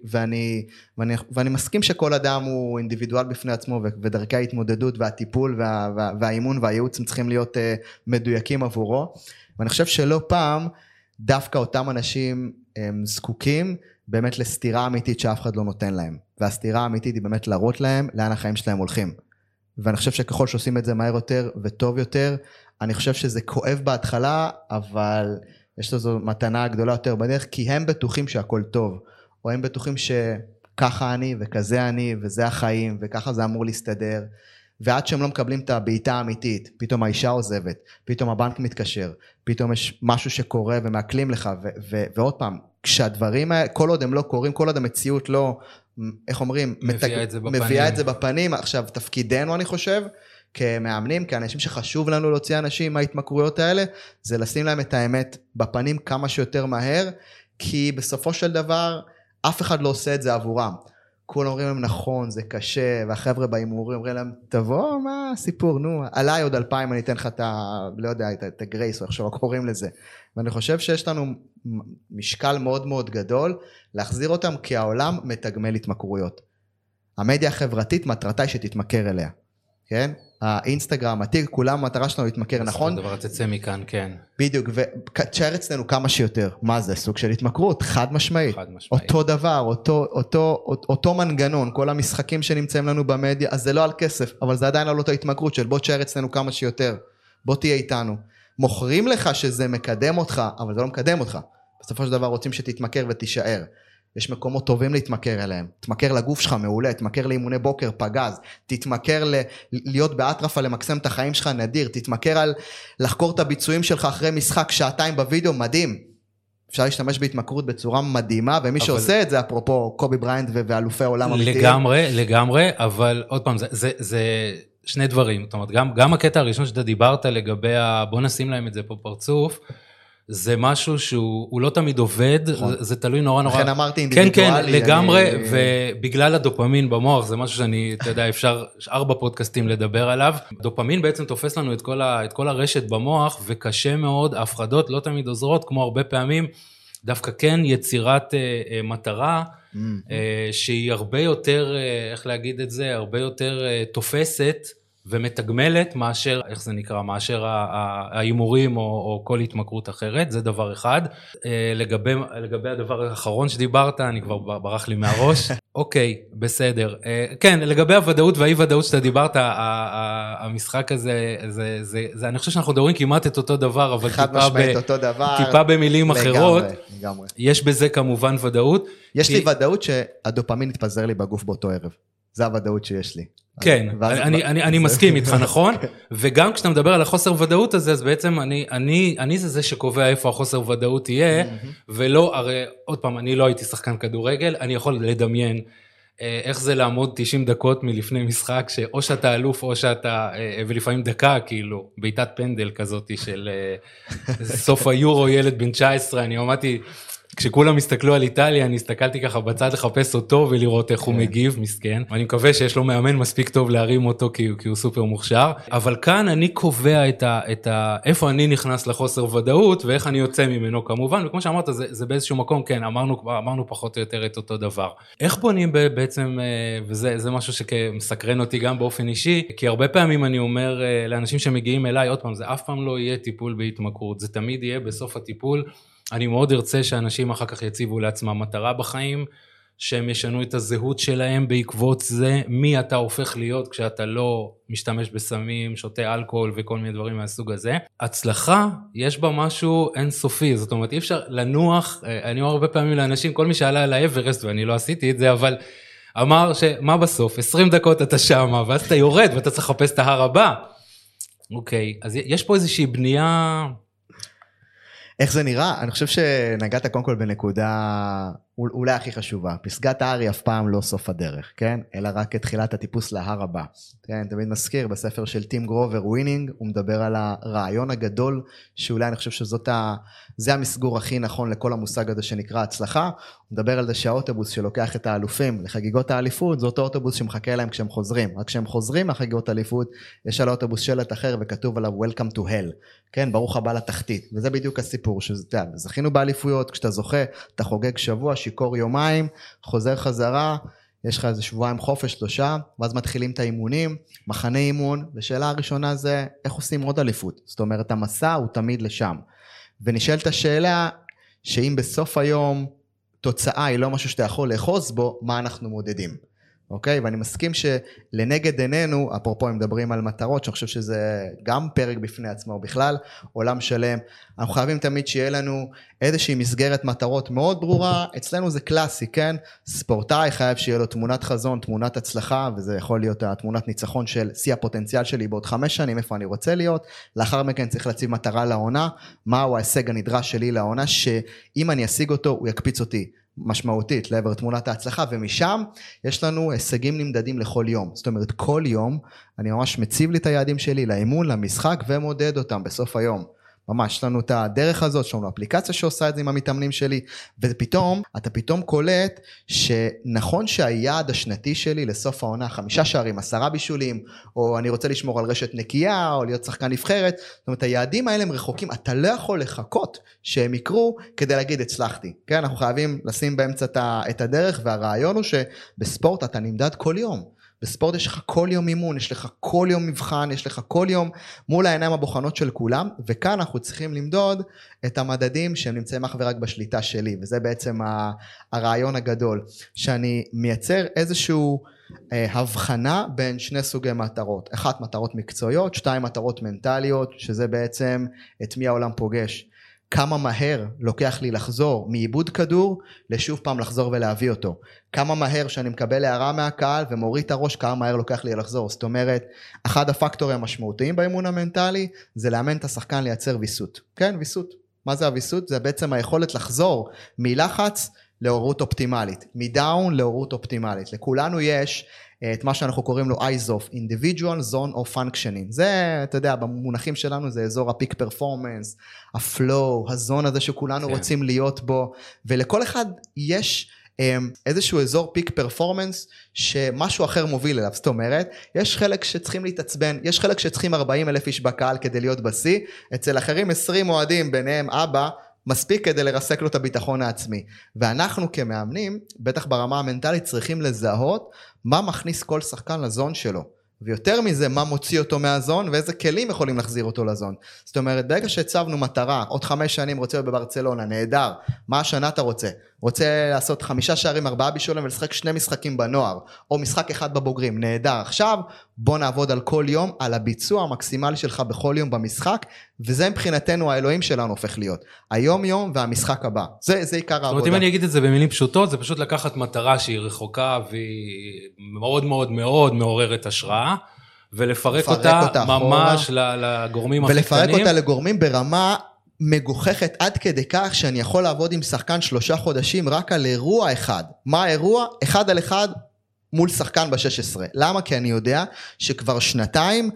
ואני מסכים שכל אדם הוא אינדיבידואל בפני עצמו, ודרכי ההתמודדות והטיפול והאימון והייעוץ צריכים להיות מדויקים עבורו, ואני חושב שלא פעם, דווקא אותם אנשים הם זקוקים באמת לסתירה אמיתית שאף אחד לא נותן להם, והסתירה האמיתית היא באמת להראות להם לאן החיים שלהם הולכים. ואני חושב שככל שעושים את זה מהר יותר וטוב יותר, אני חושב שזה כואב בהתחלה, אבל יש לזו מתנה גדולה יותר בדרך, כי הם בטוחים שהכל טוב, או הם בטוחים שככה אני וכזה אני, וזה החיים, וככה זה אמור להסתדר, ועד שהם לא מקבלים את הבעיטה האמיתית, פתאום האישה עוזבת, פתאום הבנק מתקשר, פתאום יש משהו שקורה ומעכלים לך, ועוד כשהדברים האלה, כל עוד הם לא קורים, כל עוד המציאות לא, איך אומרים, מביאה את זה בפנים. עכשיו, תפקידנו, אני חושב, כמאמנים, כאנשים שחשוב לנו להוציא אנשים מההתמכרויות האלה, זה לשים להם את האמת בפנים כמה שיותר מהר, כי בסופו של דבר, אף אחד לא עושה את זה עבורם. כולם אומרים להם, נכון, זה קשה, והחבר'ה בהימורים אומרים להם, תבוא, מה הסיפור, נו, עליי עוד 2000, אני אתן לך לא יודע, את הגרייס, או איך שלא קוראים לזה. ואני חושב שיש לנו משקל מאוד מאוד גדול, להחזיר אותם, כי העולם מתגמל התמכרויות. המדיה החברתית, מטרתה היא שתתמכר אליה. כן? האינסטגרם, הטיק, כולם המטרה שלנו להתמכר, נכון? זה דבר תצא מכאן, כן. בדיוק, ותשאר אצלנו כמה שיותר. מה זה? סוג של התמכרות, חד משמעית. אותו דבר, אותו מנגנון, כל המשחקים שנמצאים לנו במדיה, אז זה לא על כסף, אבל זה עדיין על אותו התמכרות של בוא תשאר אצלנו כמה שיותר, בוא תהיה איתנו. מוכרים לך שזה מקדם אותך, אבל זה לא מקדם אותך. בסופו של דבר רוצים שתתמכר ותישאר. יש מקומות טובים להתמכר אליהם, תתמכר לגוף שלך מעולה, תתמכר לאימוני בוקר פגז, תתמכר להיות באטרפה למקסם את החיים שלך נדיר, תתמכר על לחקור את הביצועים שלך אחרי משחק שעתיים בווידאו, מדהים. אפשר להשתמש בהתמכרות בצורה מדהימה, ומי שעושה את זה, אפרופו קובי בריינט ואלופי העולם אמיתיים. לגמרי, אבל עוד פעם, זה שני דברים, זאת אומרת, גם הקטע הראשון שאתה דיברת לגבי, בוא נשים להם את זה פה פרצוף, זה משהו שהוא לא תמיד עובד, זה תלוי נורא נורא. לכן אמרתי אינדיבידואלי. כן, לגמרי, ובגלל הדופמין במוח, זה משהו שאני, אתה יודע, אפשר 4 פודקאסטים לדבר עליו. דופמין בעצם תופס לנו את כל הרשת במוח, וקשה מאוד, ההפחדות לא תמיד עוזרות, כמו הרבה פעמים, דווקא כן יצירת מטרה, שהיא הרבה יותר, איך להגיד את זה, הרבה יותר תופסת, ומתגמלת מאשר, איך זה נקרא, מאשר האימורים או כל התמכרות אחרת, זה דבר אחד. לגבי הדבר האחרון שדיברת, אני כבר ברח לי מהראש. אוקיי, בסדר. כן, לגבי הוודאות והאי ודאות שאתה דיברת, המשחק הזה, אני חושב שאנחנו מדברים כמעט את אותו דבר, אבל טיפה במילים אחרות. יש בזה כמובן ודאות. יש לי ודאות שהדופמין יתפזר לי בגוף באותו ערב. זה הוודאות שיש לי. כן, אני מסכים איתך, נכון? וגם כשאתה מדבר על החוסר ודאות הזה, אז בעצם אני זה שקובע איפה החוסר ודאות יהיה, ולא, הרי עוד פעם, אני לא הייתי שחקן כדורגל, אני יכול לדמיין איך זה לעמוד 90 דקות מלפני משחק, שאו שאתה אלוף או שאתה, ולפעמים דקה, כאילו, בעיטת פנדל כזאת של סוף היורו, ילד בן 19, אני אמרתי, כשכולם הסתכלו על איטליה, אני הסתכלתי ככה בצד לחפש אותו ולראות איך הוא מגיב, מסכן. אני מקווה שיש לו מאמן מספיק טוב להרים אותו, כי הוא סופר מוכשר. אבל כאן אני קובע איפה אני נכנס לחוסר ודאות, ואיך אני יוצא ממנו כמובן, וכמו שאמרת, זה באיזשהו מקום, כן, אמרנו פחות או יותר את אותו דבר. איך בונים בעצם, וזה משהו שמסקרן אותי גם באופן אישי, כי הרבה פעמים אני אומר לאנשים שמגיעים אליי, עוד פעם, זה אף פעם לא יהיה טיפול בהתמכרות, זה תמיד יהיה בסוף הטיפול. אני מאוד ארצה שאנשים אחר כך יציבו לעצמם מטרה בחיים, שהם ישנו את הזהות שלהם בעקבות זה, מי אתה הופך להיות כשאתה לא משתמש בסמים, שותה אלכוהול וכל מיני דברים מהסוג הזה. הצלחה, יש בה משהו אינסופי, זאת אומרת, אי אפשר לנוח, אני אומר הרבה פעמים לאנשים, כל מי שעלה על האברסט, ואני לא עשיתי את זה, אבל אמר שמה בסוף, 20 דקות אתה שמה, ואז אתה יורד ואתה צריך לחפש את ההר הבא. אוקיי, אז יש פה איזושהי בנייה... איך זה נראה? אני חושב שנגעת קודם כל בנקודה אולי הכי חשובה. פסגת ההר היא אף פעם לא סוף הדרך, כן? אלא רק את תחילת הטיפוס להר הבא. כן, תמיד מזכיר בספר של טים גרובר, ווינינג, הוא מדבר על הרעיון הגדול, שאולי אני חושב זה המסגור הכי נכון לכל המושג הזה שנקרא הצלחה. הוא מדבר על זה שהאוטובוס שלוקח את האלופים לחגיגות האליפות, זה אותו אוטובוס שמחכה להם כשהם חוזרים. רק כשהם חוזרים מהחגיגות האליפות, יש על האוטובוס שלט אחר וכתוב עליו Welcome to hell. כן, ברוך הבא לתחתית. וזה בדיוק הסיפור, זכינו באליפויות, כשאתה זוכה, אתה חוגג שבוע, שיקור יומיים, חוזר חזרה, יש לך איזה שבועיים חופש, 3, ואז מתחילים את האימונים, מחנה אימון, ושאלה הראשונה זה, איך עושים עוד אליפות? זאת אומרת, המסע הוא תמיד לשם. ונשאלת השאלה, שאם בסוף היום תוצאה היא לא משהו שאתה יכול לאחוז בו, מה אנחנו מודדים? אוקיי? ואני מסכים שלנגד עינינו, אפרופו הם מדברים על מטרות, שאני חושב שזה גם פרק בפני עצמו, בכלל עולם שלם, אנחנו חייבים תמיד שיהיה לנו איזושהי מסגרת מטרות מאוד ברורה, אצלנו זה קלאסי, כן? ספורטאי חייב שיהיה לו תמונת חזון, תמונת הצלחה, וזה יכול להיות התמונת ניצחון של שיא הפוטנציאל שלי בעוד 5 שנים, איפה אני רוצה להיות, לאחר מכן צריך להציב מטרה לעונה, מהו ההישג הנדרש שלי לעונה, שאם אני אשיג אותו, הוא יקפיץ אותי. משמעותית לעבר תמונת ההצלחה, ומשם יש לנו הישגים נמדדים לכל יום. זאת אומרת, כל יום אני ממש מציב לי את היעדים שלי לאימון, למשחק, ומודד אותם בסוף היום. ממש, יש לנו את הדרך הזאת, יש לנו אפליקציה שעושה את זה עם המתאמנים שלי, אתה פתאום קולט שנכון שהיעד השנתי שלי לסוף העונה, 5 שערים, 10 בישולים, או אני רוצה לשמור על רשת נקייה, או להיות שחקן נבחרת, זאת אומרת, היעדים האלה הם רחוקים, אתה לא יכול לחכות שהם יקרו, כדי להגיד, הצלחתי. כן, אנחנו חייבים לשים באמצע את הדרך, והרעיון הוא שבספורט אתה נמדד כל יום. בספורט יש לך כל יום אימון, יש לך כל יום מבחן, יש לך כל יום מול העיניים הבוחנות של כולם, וכאן אנחנו צריכים למדוד את המדדים שהם נמצאים אך ורק בשליטה שלי, וזה בעצם הרעיון הגדול, שאני מייצר איזשהו הבחנה בין 2 סוגי מטרות, 1 מטרות מקצועיות, 2 מטרות מנטליות, שזה בעצם את מי העולם פוגש. כמה מהר לוקח לי לחזור מאיבוד כדור, לשוב פעם לחזור ולהביא אותו. כמה מהר שאני מקבל הערה מהקהל ומוריד את הראש, כמה מהר לוקח לי לחזור. זאת אומרת, אחד הפקטורים המשמעותיים באימון המנטלי, זה לאמן את השחקן לייצר ויסות. כן, ויסות. מה זה הוויסות? זה בעצם היכולת לחזור מלחץ להורות אופטימלית, מדאון להורות אופטימלית. לכולנו יש את מה שאנחנו קוראים לו IZOF, Individual Zone of Functioning. זה, אתה יודע, במונחים שלנו זה אזור הפיק פרפורמנס, הפלואו, הזון הזה שכולנו רוצים להיות בו, ולכל אחד יש איזשהו אזור פיק פרפורמנס שמשהו אחר מוביל אליו. זאת אומרת, יש חלק שצריכים להתעצבן, יש חלק שצריכים 40,000 איש בקהל כדי להיות בשיא, אצל אחרים 20 מועדים, ביניהם אבא, מספיק כדי לרסק לו את הביטחון העצמי. ואנחנו כמאמנים, בטח ברמה המנטלית, צריכים לזהות מה מכניס כל שחקן לזון שלו. ויותר מזה, מה מוציא אותו מהזון, ואיזה כלים יכולים להחזיר אותו לזון. זאת אומרת, ברגע שהצבנו מטרה, עוד 5 שנים רוצה להיות בברצלונה, נהדר, מה השנה אתה רוצה? רוצה לעשות 5 שערים, 4 בישולים, ולשחק 2 משחקים בנוער, או משחק 1 בבוגרים, נהדר. עכשיו, בוא נעבוד על כל יום, על הביצוע המקסימלי שלך בכל יום במשחק, וזה מבחינתנו האלוהים שלנו הופך להיות. היום יום והמשחק הבא. זה עיקר העבודה. זאת אומרת, אם אני אגיד את זה במילים פשוטות, זה פשוט לקחת מטרה שהיא רחוקה, והיא מאוד מאוד מאוד מעוררת השראה, ולפרק אותה ממש לגורמים הכי קטנים. ולפרק אותה לגורמים ברמה מגוחכת עד כדי כך שאני יכול לעבוד עם שחקן 3 חודשים רק על אירוע אחד. מה האירוע? 1 על 1 מול שחקן ב-16. למה? כי אני יודע שכבר 2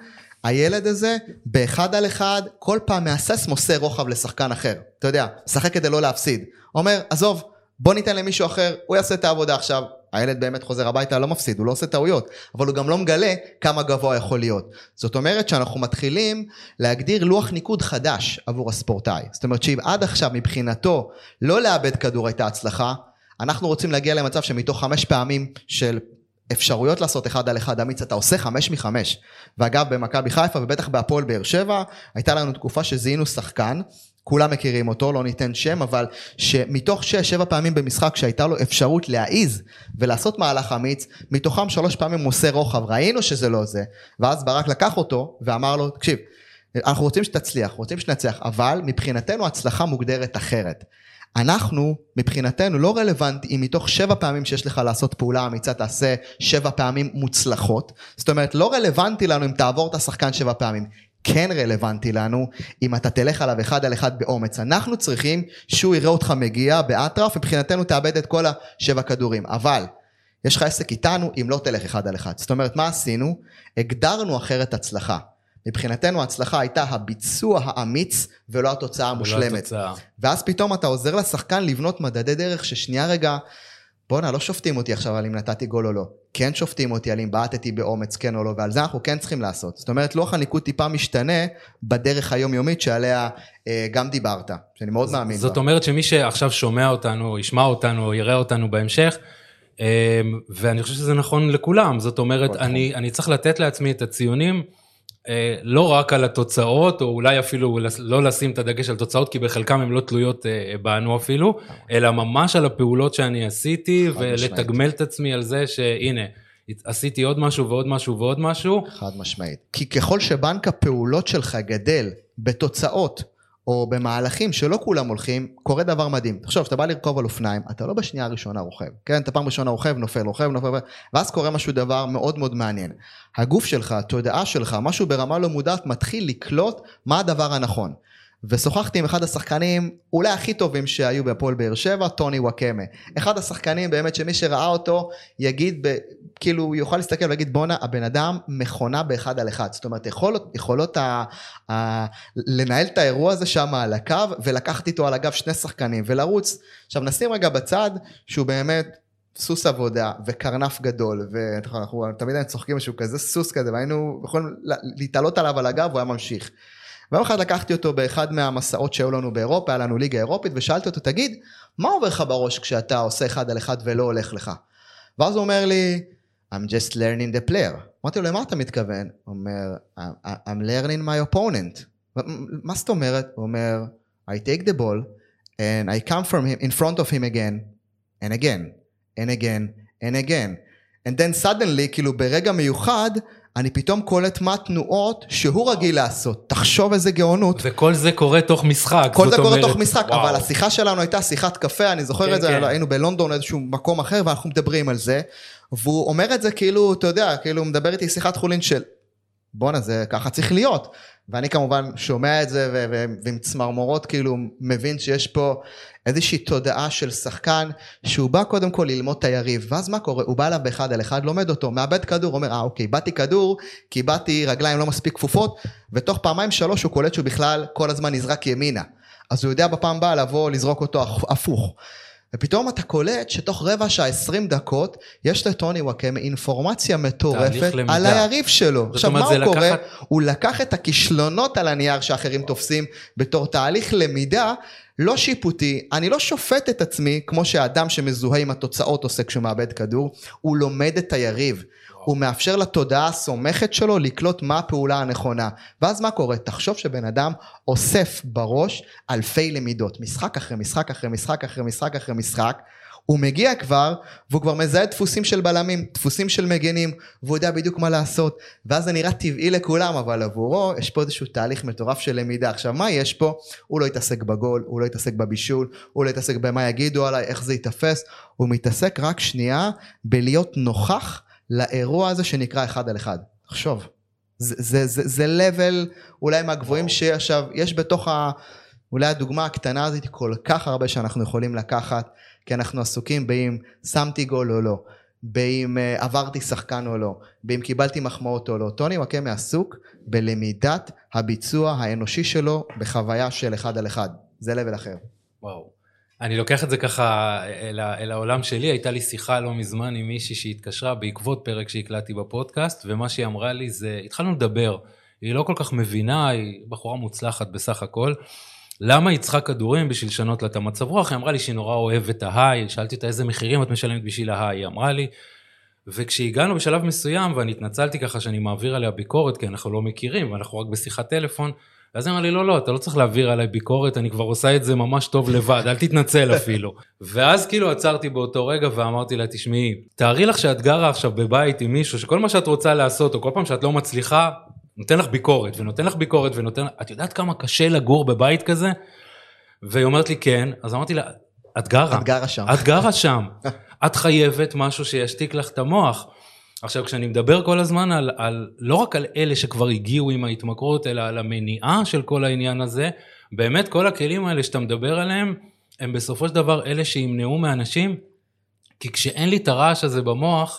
הילד הזה, באחד על אחד, כל פעם מהסס מוסר רוחב לשחקן אחר. אתה יודע, שחק כדי לא להפסיד. אומר, עזוב, בוא ניתן למישהו אחר, הוא יעשה את העבודה עכשיו. הילד באמת חוזר הביתה, לא מפסיד, הוא לא עושה טעויות, אבל הוא גם לא מגלה כמה גבוה יכול להיות. זאת אומרת שאנחנו מתחילים להגדיר לוח ניקוד חדש עבור הספורטאי. זאת אומרת שאם עד עכשיו מבחינתו לא לאבד כדור הייתה הצלחה, אנחנו רוצים להגיע למצב שמתוך 5 פעמים של אפשרויות לעשות 1 על 1 אמיץ, אתה עושה 5 מ-5. ואגב, במכבי חיפה ובטח בהפועל באר שבע, הייתה לנו תקופה שזיהינו שחקן, כולם מכירים אותו, לא ניתן שם, אבל שמתוך 6-7 פעמים במשחק שהייתה לו אפשרות להעיז ולעשות מהלך אמיץ, מתוכם 3 פעמים מוסר רוחב, ראינו שזה לא זה, ואז ברק לקח אותו ואמר לו, תקשיב, אנחנו רוצים שתצליח, רוצים שנצליח, אבל מבחינתנו הצלחה מוגדרת אחרת. אנחנו, מבחינתנו, לא רלוונטי, אם מתוך 7 פעמים שיש לך לעשות פעולה אמיצה, תעשה 7 פעמים מוצלחות, זאת אומרת, לא רלוונטי לנו אם תעבור את השחקן 7 פעמים, כן רלוונטי לנו, אם אתה תלך עליו 1 על 1 באומץ, אנחנו צריכים שהוא יראה אותך מגיע באטרף, מבחינתנו תאבד את כל 7 כדורים, אבל יש לך עסק איתנו, אם לא תלך 1 על 1, זאת אומרת, מה עשינו? הגדרנו אחרת הצלחה, מבחינתנו ההצלחה הייתה הביצוע האמיץ, ולא התוצאה המושלמת, ואז פתאום אתה עוזר לשחקן לבנות מדדי דרך, ששנייה רגע, בוא'נה, לא שופטים אותי עכשיו על אם נתתי גול או לא, כן שופטים אותי על אם בעטתי באומץ כן או לא, ועל זה אנחנו כן צריכים לעשות. זאת אומרת, לוח הניקוד טיפה משתנה בדרך היומיומית שעליה גם דיברת, שאני מאוד מאמין. זאת אומרת שמי שעכשיו שומע אותנו, ישמע אותנו, יראה אותנו בהמשך, ואני חושב שזה נכון לכולם, זאת אומרת, אני צריך לתת לעצמי את הציונים, לא רק על התוצאות, או אולי אפילו לא לשים את הדגש על תוצאות, כי בחלקם הן לא תלויות בנו אפילו, אלא ממש על הפעולות שאני עשיתי, ולתגמל את עצמי על זה שהנה, עשיתי עוד משהו ועוד משהו ועוד משהו. חד משמעית. כי ככל שבנק הפעולות שלך גדל בתוצאות, או במהלכים שלא כולם הולכים, קורה דבר מדהים. תחשוב, שאתה בא לרכוב על אופניים, אתה לא בשנייה הראשונה רוכב. כן, אתה פעם ראשונה רוכב, נופל, ואז קורה משהו דבר מאוד מאוד מעניין. הגוף שלך, התודעה שלך, משהו ברמה לא מודעת, מתחיל לקלוט מה הדבר הנכון. ושוחחתי עם אחד השחקנים, אולי הכי טובים שהיו בהפועל באר שבע, טוני וואקמה. אחד השחקנים באמת שמי שראה אותו, יגיד, כאילו הוא יוכל להסתכל ולהגיד, בונה, הבן אדם מכונה באחד על אחד. זאת אומרת, יכולות לנהל את האירוע הזה שם על הקו, ולקחתי איתו על הגב 2 שחקנים, ולרוץ. עכשיו נשים רגע בצד, שהוא באמת סוס עבודה, וקרנף גדול, ואנחנו תמיד היינו צוחקים משהו כזה, סוס כזה, והיינו יכולים להתעלות עליו על הגב, והוא היה ממשיך. ויום אחד לקחתי אותו באחד מהמסעות שהיו לנו באירופה, היה לנו ליגה אירופית, ושאלתי אותו, תגיד, מה עובר לך בראש כשאתה עושה 1 על 1 ולא הולך לך? ואז הוא אומר לי, I'm just learning the player. אמרתי לו, למה אתה מתכוון? הוא אומר, I'm learning my opponent. מה זאת אומרת? הוא אומר, I take the ball, and I come from him, in front of him again, and again, and again, and again. And then suddenly, כאילו ברגע מיוחד, אני פתאום קולט מה תנועות שהוא רגיל לעשות. תחשוב איזה גאונות. וכל זה קורה תוך משחק. כל זה קורה תוך משחק, אבל השיחה שלנו הייתה שיחת קפה, אני זוכר את זה, היינו בלונדון, איזשהו מקום אחר, ואנחנו מדברים על זה, והוא אומר את זה כאילו, אתה יודע, כאילו הוא מדבר איתי שיחת חולין של, בונה, זה ככה צריך להיות. ואני כמובן שומע את זה, ועם צמרמורות כאילו מבין שיש פה איזושהי תודעה של שחקן, שהוא בא קודם כל ללמוד את היריב, ואז מה קורה? הוא בא אליו ב1 על 1, לומד אותו, מאבד כדור, אומר, אוקיי, באתי כדור, כי באתי רגליים לא מספיק כפופות, ותוך 2-3 הוא קולט שהוא בכלל כל הזמן נזרק ימינה, אז הוא יודע בפעם הבאה לבוא לזרוק אותו הפוך, ופתאום אתה קולט שתוך רבע שעה 20 דקות, יש לטוני וואקמה אינפורמציה מטורפת על היריב שלו. עכשיו מה הוא קורא? הוא לקח את הכישלונות על הנייר שאחרים תופסים, בתור תהליך למידה, לא שיפוטי, אני לא שופט את עצמי, כמו שהאדם שמזוהה עם התוצאות עושה כשהוא מאבד כדור, הוא לומד את היריב, הוא מאפשר לתודעה הסומכת שלו לקלוט מה הפעולה הנכונה, ואז מה קורה? תחשוב שבן אדם אוסף בראש אלפי למידות, משחק אחרי משחק אחרי משחק אחרי משחק אחרי משחק, הוא מגיע כבר, והוא כבר מזהה דפוסים של בלמים, דפוסים של מגנים, והוא יודע בדיוק מה לעשות, ואז זה נראה טבעי לכולם, אבל עבורו יש פה איזשהו תהליך מטורף של למידה. עכשיו מה יש פה? הוא לא יתעסק בגול, הוא לא יתעסק בבישול, הוא לא יתעסק במה יגידו עליי, איך זה יתפס, הוא מתעסק רק שנייה בלהיות נוכח לאירוע הזה שנקרא 1 על 1. תחשוב, זה level אולי מהגבוהים שעכשיו יש בתוך אולי הדוגמה הקטנה הזאת כל כך הרבה שאנחנו יכולים לקחת, כי אנחנו עסוקים באם שמתי גול או לא, באם עברתי שחקן או לא, באם קיבלתי מחמאות או לא. טוני וואקמה עסוק בלמידת הביצוע האנושי שלו בחוויה של אחד על אחד. זה לבל אחר. וואו. אני לוקח את זה ככה אל העולם שלי, הייתה לי שיחה לא מזמן עם מישהי שהתקשרה בעקבות פרק שהקלטתי בפודקאסט, ומה שהיא אמרה לי זה, התחלנו לדבר, היא לא כל כך מבינה, היא בחורה מוצלחת בסך הכל, למה היא צריכה כדורים בשביל לשנות לה את המצב רוח? היא אמרה לי שהיא נורא אוהבת ההיי, שאלתי אותה איזה מחירים את משלמת בשביל ההיי, היא אמרה לי, וכשהגענו בשלב מסוים, ואני התנצלתי ככה שאני מעביר עליה ביקורת, כי אנחנו לא מכירים, ואנחנו רק בשיחת טלפון, אז היא אמרה לי, לא, אתה לא צריך להעביר עליי ביקורת, אני כבר עושה את זה ממש טוב לבד, אל תתנצל אפילו. ואז כאילו עצרתי באותו רגע ואמרתי לה, תשמעי, תארי לך שאת גרה עכשיו בבית עם מישהו, שכל מה שאת רוצה לעשות, או כל פעם שאת לא מצליחה, נותן לך ביקורת, ונותן לך ביקורת, את יודעת כמה קשה לגור בבית כזה? והיא אומרת לי, כן, אז אמרתי לה, את גרה שם. את חייבת משהו שישתיק לך את המוח. עכשיו, כשאני מדבר כל הזמן לא רק על אלה שכבר הגיעו עם ההתמכרות, אלא על המניעה של כל העניין הזה, באמת כל הכלים האלה שאתה מדבר עליהם, הם בסופו של דבר אלה שימנעו מאנשים, כי כשאין לי את הרעש הזה במוח,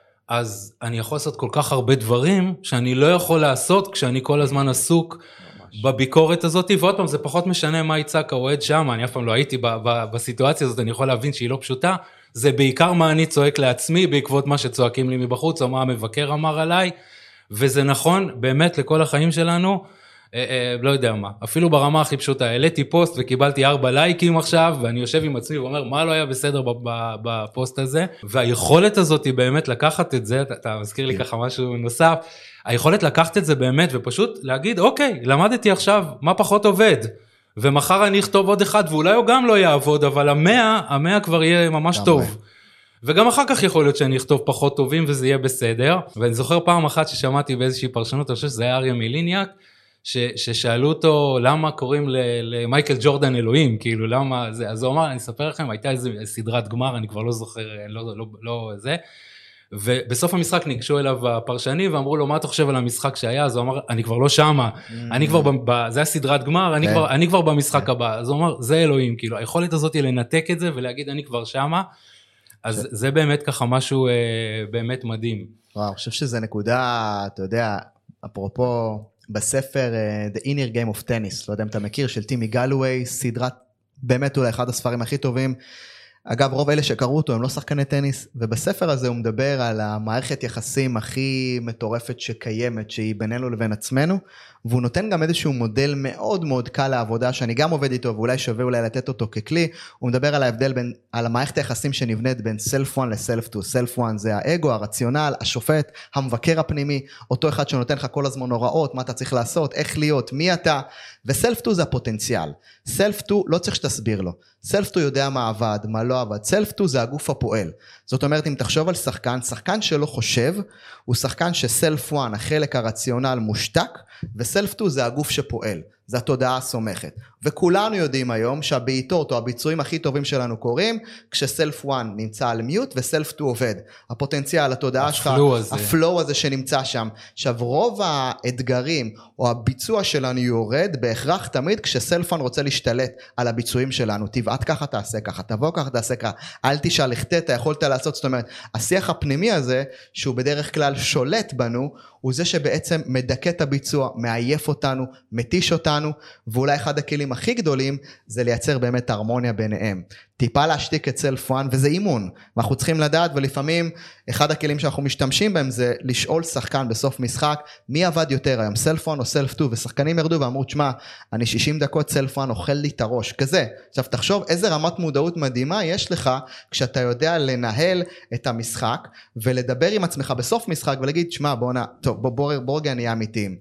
אז אני יכול לעשות כל כך הרבה דברים, שאני לא יכול לעשות כשאני כל הזמן עסוק בביקורת הזאת, ועוד פעם זה פחות משנה מה יצעק האוהד שם, אני אף פעם לא הייתי בסיטואציה הזאת, אני יכול להבין שהיא לא פשוטה, זה בעיקר מה אני צועק לעצמי, בעקבות מה שצועקים לי מבחוץ, או מה המבקר אמר עליי, וזה נכון באמת לכל החיים שלנו, לא יודע מה, אפילו ברמה הכי פשוטה, העליתי פוסט וקיבלתי 4 לייקים עכשיו, ואני יושב עם עצמי ואומר, מה לא היה בסדר בפוסט הזה, והיכולת הזאת היא באמת לקחת את זה, אתה מזכיר לי ככה משהו נוסף, היכולת לקחת את זה באמת, ופשוט להגיד, אוקיי, למדתי עכשיו מה פחות עובד, ומחר אני אכתוב עוד אחד, ואולי הוא גם לא יעבוד, אבל 100 כבר יהיה ממש טוב. וגם אחר כך יכול להיות שאני אכתוב פחות טובים, וזה יהיה בסדר. ואני זוכר פעם אחת ששמעתי באיזושהי פרשנות, אני חושב שזה היה אריה מיליניאק, ששאלו אותו למה קוראים למייקל ג'ורדן אלוהים, כאילו למה זה, אז הוא אמר, אני אספר לכם, הייתה איזו סדרת גמר, אני כבר לא זוכר, לא זה, ובסוף המשחק ניגשו אליו הפרשנים, ואמרו לו, מה אתה חושב על המשחק שהיה? אז הוא אמר, אני כבר לא שמה, אני כבר, זה היה סדרת גמר, אני כבר במשחק הבא, אז הוא אמר, זה אלוהים, כאילו, היכולת הזאת היא לנתק את זה, ולהגיד, אני כבר שמה, אז זה באמת ככה משהו באמת מדהים. וואו, אני חושב שזה נקודה, אתה יודע, אפרופו, בספר The Inner Game of Tennis, לא יודע אם אתה מכיר, של טימי גלווי, סדרת, באמת אולי אחד הספרים הכי טובים, אגב, רוב אלה שקראו אותו הם לא שחקני טניס, ובספר הזה הוא מדבר על המערכת יחסים הכי מטורפת שקיימת, שהיא בינינו לבין עצמנו, והוא נותן גם איזשהו מודל מאוד מאוד קל לעבודה, שאני גם עובד איתו, ואולי שווה אולי לתת אותו ככלי, הוא מדבר על ההבדל על המערכת היחסים שנבנית בין self one ל-self two, self one זה האגו, הרציונל, השופט, המבקר הפנימי, אותו אחד שנותן לך כל הזמן הוראות, מה אתה צריך לעשות, איך להיות, מי אתה, ו-self two זה הפוטנציאל, self two לא צריך שתסביר לו, self two יודע מה עבד, מה לא עבד, self two זה הגוף הפועל, זאת אומרת אם תחשוב על שחקן שלא חושב, הוא שחקן ש-self one, החלק הרציונל מושתק, ו-self two זה הגוף שפועל, זה התודעה הסומכת, וכולנו יודעים היום שהבעיטות או הביצועים הכי טובים שלנו קורים, כש-self one נמצא על מיוט ו-self two עובד, הפוטנציאל, התודעה שלך, הפלואו הזה שנמצא שם, עכשיו רוב האתגרים או הביצוע שלנו יורד בהכרח תמיד כש-self one רוצה להשתלט על הביצועים שלנו, תבעט ככה תעשה ככה, תבוא ככה תעשה ככה, אל תשאל איך אתה יכולת לעשות, זאת אומרת, השיח הפנימי הזה שהוא בדרך כלל שולט בנו, הוא זה שבעצם מדכא את הביצוע, מעייף אותנו, מתיש אותנו, ואולי אחד הכלים הכי גדולים, זה לייצר באמת הרמוניה ביניהם. טיפה להשתיק את סלף וואן, וזה אימון, ואנחנו צריכים לדעת, ולפעמים אחד הכלים שאנחנו משתמשים בהם, זה לשאול שחקן בסוף משחק, מי עבד יותר היום, סלף וואן או סלף טו, ושחקנים ירדו ואמרו, תשמע, אני 60 דקות סלף וואן, אוכל לי את הראש, כזה. עכשיו תחשוב איזה רמת מודעות מדהימה יש לך, כשאתה יודע לנהל את המשחק, ולדבר עם עצמך בסוף משחק, ולהגיד, תשמע, בוא רגע נהיה אמיתיים.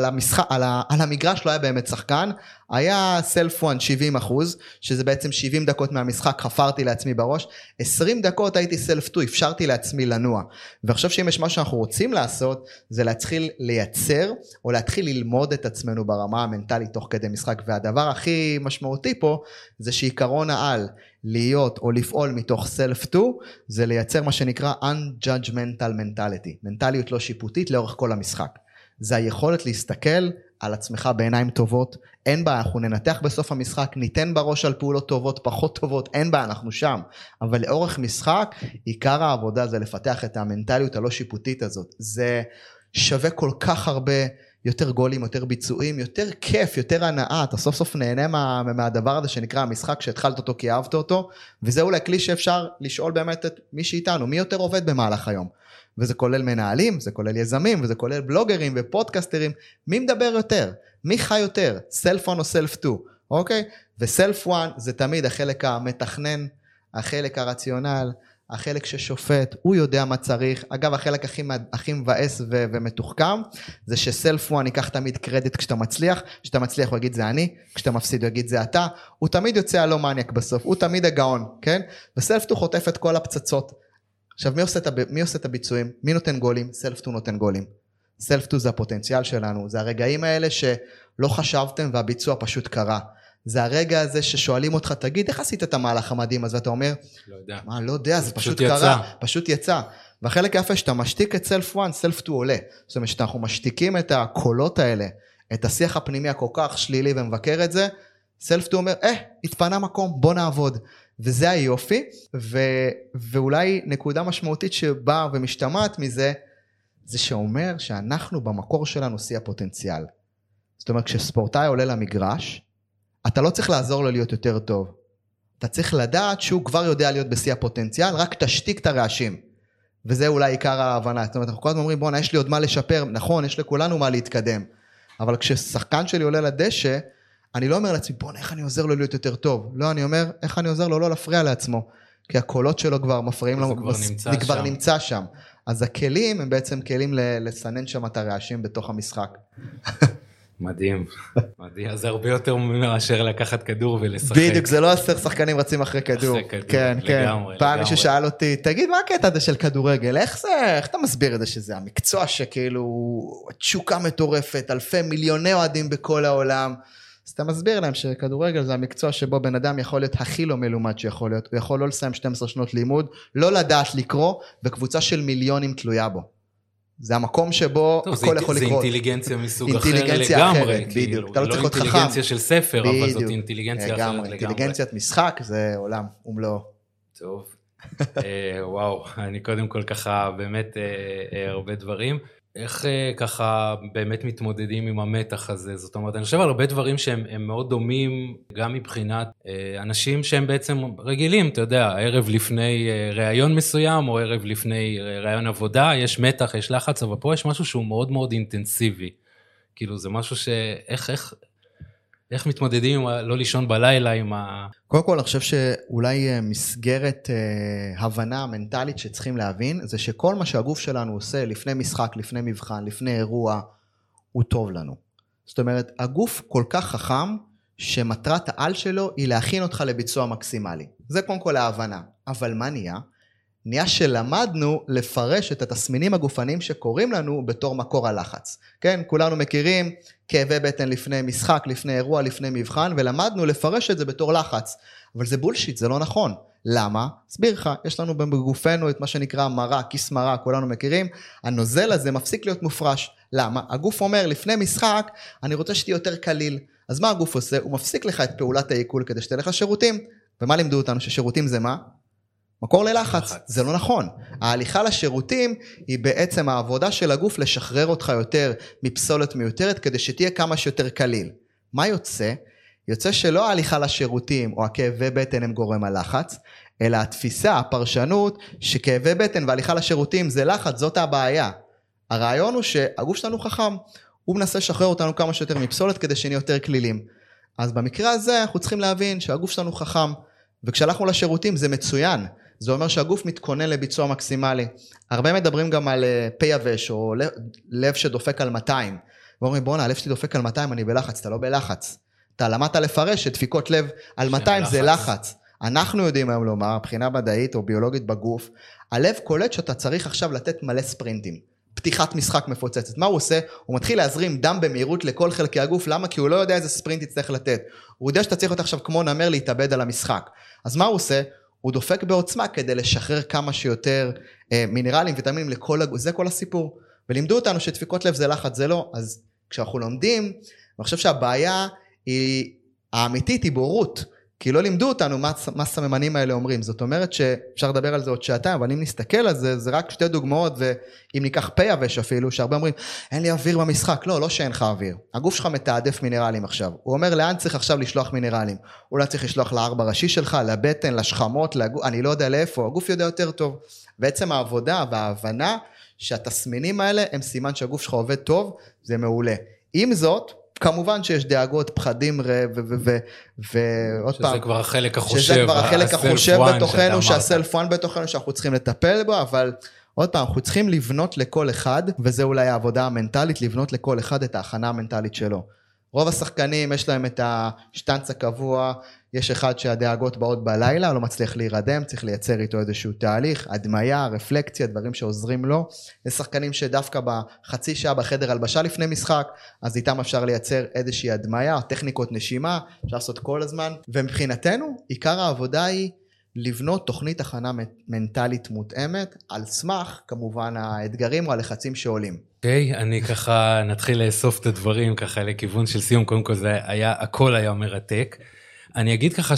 על המגרש לא היה באמת שחקן, היה סלף וואן 70%, שזה בעצם 70 דקות מהמשחק, חפרתי לעצמי בראש, 20 דקות הייתי סלף טו, אפשרתי לעצמי לנוע, ועכשיו שאם יש מה שאנחנו רוצים לעשות, זה להתחיל לייצר, או להתחיל ללמוד את עצמנו ברמה המנטלית תוך כדי משחק, והדבר הכי משמעותי פה, זה שעיקרון העל, להיות או לפעול מתוך סלף טו, זה לייצר מה שנקרא unjudgmental mentality, מנטליות לא שיפוטית לאורך כל המשחק, זה היכולת להסתכל על עצמך בעיניים טובות, אין בעיה, אנחנו ננתח בסוף המשחק, ניתן בראש על פעולות טובות, פחות טובות, אין בעיה, אנחנו שם, אבל לאורך משחק, עיקר העבודה זה לפתח את המנטליות הלא שיפוטית הזאת, זה שווה כל כך הרבה, יותר גולים, יותר ביצועים, יותר כיף, יותר הנאה, אתה סוף סוף נהנה מהדבר הזה שנקרא המשחק, שהתחלת אותו כי אהבת אותו, וזה אולי כלי שאפשר לשאול באמת את מי שאיתנו, מי יותר עובד במהלך היום, וזה כולל מנהלים, זה כולל יזמים, וזה כולל בלוגרים ופודקאסטרים, מי מדבר יותר, מי חי יותר, self one או self two, אוקיי? ו-self one זה תמיד החלק המתכנן, החלק הרציונל, החלק ששופט, הוא יודע מה צריך. אגב, החלק הכי מבאס ומתוחכם, זה שסלף וואן ייקח תמיד קרדיט כשאתה מצליח, כשאתה מצליח הוא יגיד זה אני, כשאתה מפסיד הוא יגיד זה אתה, הוא תמיד יוצא הלא מניאק בסוף, הוא תמיד הגאון, כן? וסלף טו חוטף את כל הפצצות. עכשיו, מי עושה את הביצועים? מי נותן גולים? סלף טו נותן גולים. סלף טו זה הפוטנציאל שלנו, זה הרגעים האלה שלא חשבתם והביצוע פשוט קרה. זה הרגע הזה ששואלים אותך, תגיד, איך עשית את המהלך המדהים הזה? ואתה אומר, לא יודע. מה, לא יודע, זה פשוט קרה, פשוט יצא. והחלק יפה, שאתה משתיק את סלף 1, סלף 2 עולה. זאת אומרת, שאנחנו משתיקים את הקולות האלה, את השיח הפנימי הכל כך שלילי ומבקר את זה, סלף 2 אומר, התפנה מקום, בוא נעבוד. וזה היופי, ואולי נקודה משמעותית שבאה ומשתמעת מזה, זה שאומר שאנחנו במקור שלנו שיא הפוטנציאל. זאת אומרת, כשספורטאי עולה למגרש, אתה לא צריך לעזור לו להיות יותר טוב. אתה צריך לדעת שהוא כבר יודע להיות בשיא הפוטנציאל, רק תשתיק את הרעשים. וזה אולי עיקר ההבנה. זאת אומרת, אנחנו כל הזמן אומרים, בוא'נה, יש לי עוד מה לשפר. נכון, יש לכולנו מה להתקדם. אבל כששחקן שלי עולה לדשא, אני לא אומר לעצמי, בוא'נה, איך אני עוזר לו להיות יותר טוב? לא, אני אומר, איך אני עוזר לו לא להפריע לעצמו. כי הקולות שלו כבר מפריעים לו, זה כבר נמצא שם. אז הכלים הם בעצם כלים לסנן שם את הרעשים בתוך המשחק. מדהים, מדהים, אז זה הרבה יותר מאשר לקחת כדור ולשחק. בדיוק, זה לא 10 שחקנים רצים אחרי כדור. כן, כן. פעם מישהו שאל אותי, תגיד, מה הקטע הזה של כדורגל? איך אתה מסביר את זה שזה המקצוע שכאילו, תשוקה מטורפת, אלפי מיליוני אוהדים בכל העולם. אז אתה מסביר להם שכדורגל זה המקצוע שבו בן אדם יכול להיות הכי לא מלומד שיכול להיות. הוא יכול לא לסיים 12 שנות לימוד, לא לדעת לקרוא, וקבוצה של מיליונים תלויה בו. זה המקום שבו הכל יכול לקרות. זה אינטליגנציה מסוג אחר לגמרי. בדיוק. אתה לא צריך להיות חכם. לא אינטליגנציה של ספר, אבל זאת אינטליגנציה אחרת לגמרי. אינטליגנציית משחק זה עולם ומלואו. טוב. וואו, אני קודם כל ככה באמת הרבה דברים. איך ככה באמת מתמודדים עם המתח הזה? זאת אומרת, אני חושב על הרבה דברים שהם מאוד דומים, גם מבחינת אנשים שהם בעצם רגילים, אתה יודע, ערב לפני ראיון מסוים, או ערב לפני ראיון עבודה, יש מתח, יש לחץ, אבל פה יש משהו שהוא מאוד מאוד אינטנסיבי. כאילו, זה משהו איך מתמודדים עם לא לישון בלילה עם קודם כל, אני חושב שאולי מסגרת הבנה מנטלית שצריכים להבין, זה שכל מה שהגוף שלנו עושה לפני משחק, לפני מבחן, לפני אירוע, הוא טוב לנו. זאת אומרת, הגוף כל כך חכם, שמטרת העל שלו היא להכין אותך לביצוע מקסימלי. זה קודם כל ההבנה. אבל מה נהיה? נהיה שלמדנו לפרש את התסמינים הגופניים שקוראים לנו בתור מקור הלחץ. כן, כולנו מכירים כאבי בטן לפני משחק, לפני אירוע, לפני מבחן, ולמדנו לפרש את זה בתור לחץ. אבל זה בולשיט, זה לא נכון. למה? אסביר לך, יש לנו בגופנו את מה שנקרא מרה, כיס מרה, כולנו מכירים, הנוזל הזה מפסיק להיות מופרש. למה? הגוף אומר, לפני משחק, אני רוצה שתהיה יותר קליל. אז מה הגוף עושה? הוא מפסיק לך את פעולת העיכול כדי שתלך לשירותים. ומה לימדו אותנו? ששירותים זה מה? מקור ללחץ, זה לא נכון. ההליכה לשירותים היא בעצם העבודה של הגוף לשחרר אותך יותר מפסולת מיותרת, כדי שתהיה כמה שיותר קליל. מה יוצא? יוצא שלא ההליכה לשירותים או הכאבי בטן הם גורם הלחץ, אלא התפיסה, הפרשנות, שכאבי בטן וההליכה לשירותים זה לחץ, זאת הבעיה. הרעיון הוא שהגוף שלנו חכם, הוא מנסה לשחרר אותנו כמה שיותר מפסולת כדי שנהיה יותר כלילים. אז במקרה הזה אנחנו צריכים להבין שהגוף שלנו חכם, וכשהלכנו לשירותים זה מצוין. זה אומר שהגוף מתכונן לביצוע מקסימלי. הרבה מדברים גם על פה יבש או לב שדופק על 200. ואומרים, בוא'נה, הלב שלי דופק על 200, אני בלחץ. אתה לא בלחץ. אתה למדת לפרש שדפיקות לב על 200 זה לחץ. אנחנו יודעים היום לומר, מבחינה מדעית או ביולוגית בגוף, הלב קולט שאתה צריך עכשיו לתת מלא ספרינטים. פתיחת משחק מפוצצת. מה הוא עושה? הוא מתחיל להזרים דם במהירות לכל חלקי הגוף. למה? כי הוא לא יודע איזה ספרינט יצטרך לתת. הוא יודע שאתה צריך להיות עכשיו כמו נמר להתאבד על המשחק. אז מה הוא עושה? הוא דופק בעוצמה כדי לשחרר כמה שיותר מינרלים, ויטמינים לכל הגוף, זה כל הסיפור. ולימדו אותנו שדפיקות לב זה לחץ, זה לא. אז כשאנחנו לומדים, אני חושב שהבעיה היא, האמיתית היא בורות, כי לא לימדו אותנו מה הסממנים האלה אומרים. זאת אומרת שאפשר לדבר על זה עוד שעתיים, אבל אם נסתכל על זה, זה רק שתי דוגמאות, ואם ניקח פה יבש אפילו, שהרבה אומרים, אין לי אוויר במשחק. לא שאין לך אוויר. הגוף שלך מתעדף מינרלים עכשיו. הוא אומר, לאן צריך עכשיו לשלוח מינרלים? אולי צריך לשלוח לארבע ראשי שלך, לבטן, לשכמות, אני לא יודע לאיפה. הגוף יודע יותר טוב. בעצם העבודה וההבנה שהתסמינים האלה הם סימן שהגוף שלך עובד טוב, זה מעולה. עם זאת, כמובן שיש דאגות, פחדים, ועוד פעם. שזה כבר החלק החושב. שזה כבר החלק החושב בתוכנו, שהסלף וואן בתוכנו, שאנחנו צריכים לטפל בו, אבל עוד פעם, אנחנו צריכים לבנות לכל אחד, וזה אולי העבודה המנטלית, לבנות לכל אחד את ההכנה המנטלית שלו. רוב השחקנים יש להם את השטנץ הקבוע, יש אחד שהדאגות באות בלילה, לא מצליח להירדם, צריך לייצר איתו איזשהו תהליך, הדמיה, רפלקציה, דברים שעוזרים לו. יש שחקנים שדווקא בחצי שעה בחדר הלבשה לפני משחק, אז איתם אפשר לייצר איזושהי הדמיה, טכניקות נשימה, אפשר לעשות כל הזמן. ומבחינתנו, עיקר העבודה היא לבנות תוכנית הכנה מנטלית מותאמת, על סמך כמובן האתגרים או הלחצים שעולים. אוקיי, אני ככה נתחיל לאסוף את הדברים ככה לכיוון של סיום, קודם כל הכל היה מרתק. אני אגיד ככה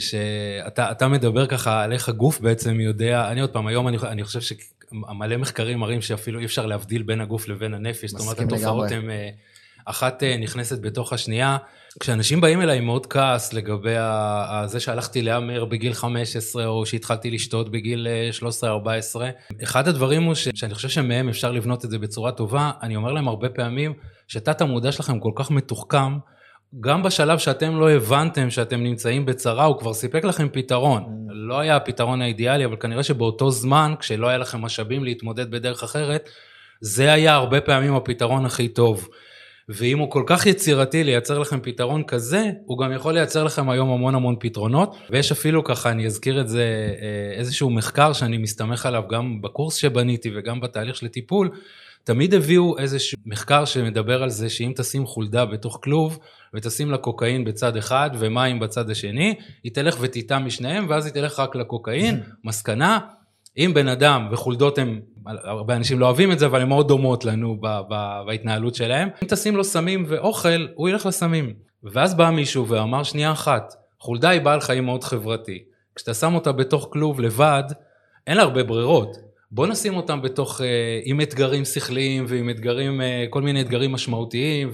שאתה מדבר ככה על איך הגוף בעצם יודע, אני עוד פעם, היום אני חושב שהמלא מחקרים מראים שאפילו אי אפשר להבדיל בין הגוף לבין הנפש, זאת אומרת התופעות הן, אחת נכנסת בתוך השנייה, כשאנשים באים אליי מאוד כעס לגבי זה שהלכתי להמר בגיל 15 או שהתחלתי לשתות בגיל 13-14, אחד הדברים הוא שאני חושב שמהם אפשר לבנות את זה בצורה טובה, אני אומר להם הרבה פעמים שתת המודע שלכם כל כך מתוחכם, גם בשלב שאתם לא הבנתם שאתם נמצאים בצרה, הוא כבר סיפק לכם פתרון. לא היה הפתרון האידיאלי, אבל כנראה שבאותו זמן, כשלא היה לכם משאבים להתמודד בדרך אחרת, זה היה הרבה פעמים הפתרון הכי טוב. ואם הוא כל כך יצירתי לייצר לכם פתרון כזה, הוא גם יכול לייצר לכם היום המון פתרונות, ויש אפילו ככה, אני אזכיר את זה, איזשהו מחקר שאני מסתמך עליו גם בקורס שבניתי וגם בתהליך של טיפול, תמיד הביאו איזשהו מחקר שמדבר על זה שאם תשים חולדה בתוך כלוב, ותשים לה קוקאין בצד אחד ומים בצד השני, היא תלך ותיטע משניהם, ואז היא תלך רק לקוקאין. מסקנה, אם בן אדם וחולדות הם, הרבה אנשים לא אוהבים את זה, אבל הן מאוד דומות לנו בהתנהלות שלהם, אם תשים לו סמים ואוכל, הוא ילך לסמים. ואז בא מישהו ואמר שנייה אחת, חולדה היא בעל חיים מאוד חברתי, כשאתה שם אותה בתוך כלוב לבד, אין לה הרבה ברירות. בוא נשים אותם בתוך, עם אתגרים שכליים ועם אתגרים, כל מיני אתגרים משמעותיים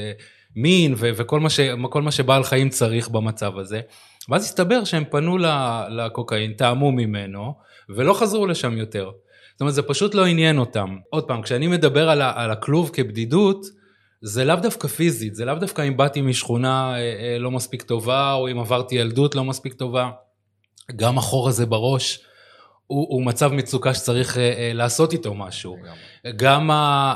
ומין וכל מה שבעל חיים צריך במצב הזה. ואז הסתבר שהם פנו לקוקאין, טעמו ממנו ולא חזרו לשם יותר. זאת אומרת, זה פשוט לא עניין אותם. עוד פעם, כשאני מדבר על הכלוב כבדידות, זה לאו דווקא פיזית, זה לאו דווקא אם באתי משכונה לא מספיק טובה, או אם עברתי ילדות לא מספיק טובה. גם החור הזה בראש, הוא מצב מצוקה שצריך לעשות איתו משהו. גם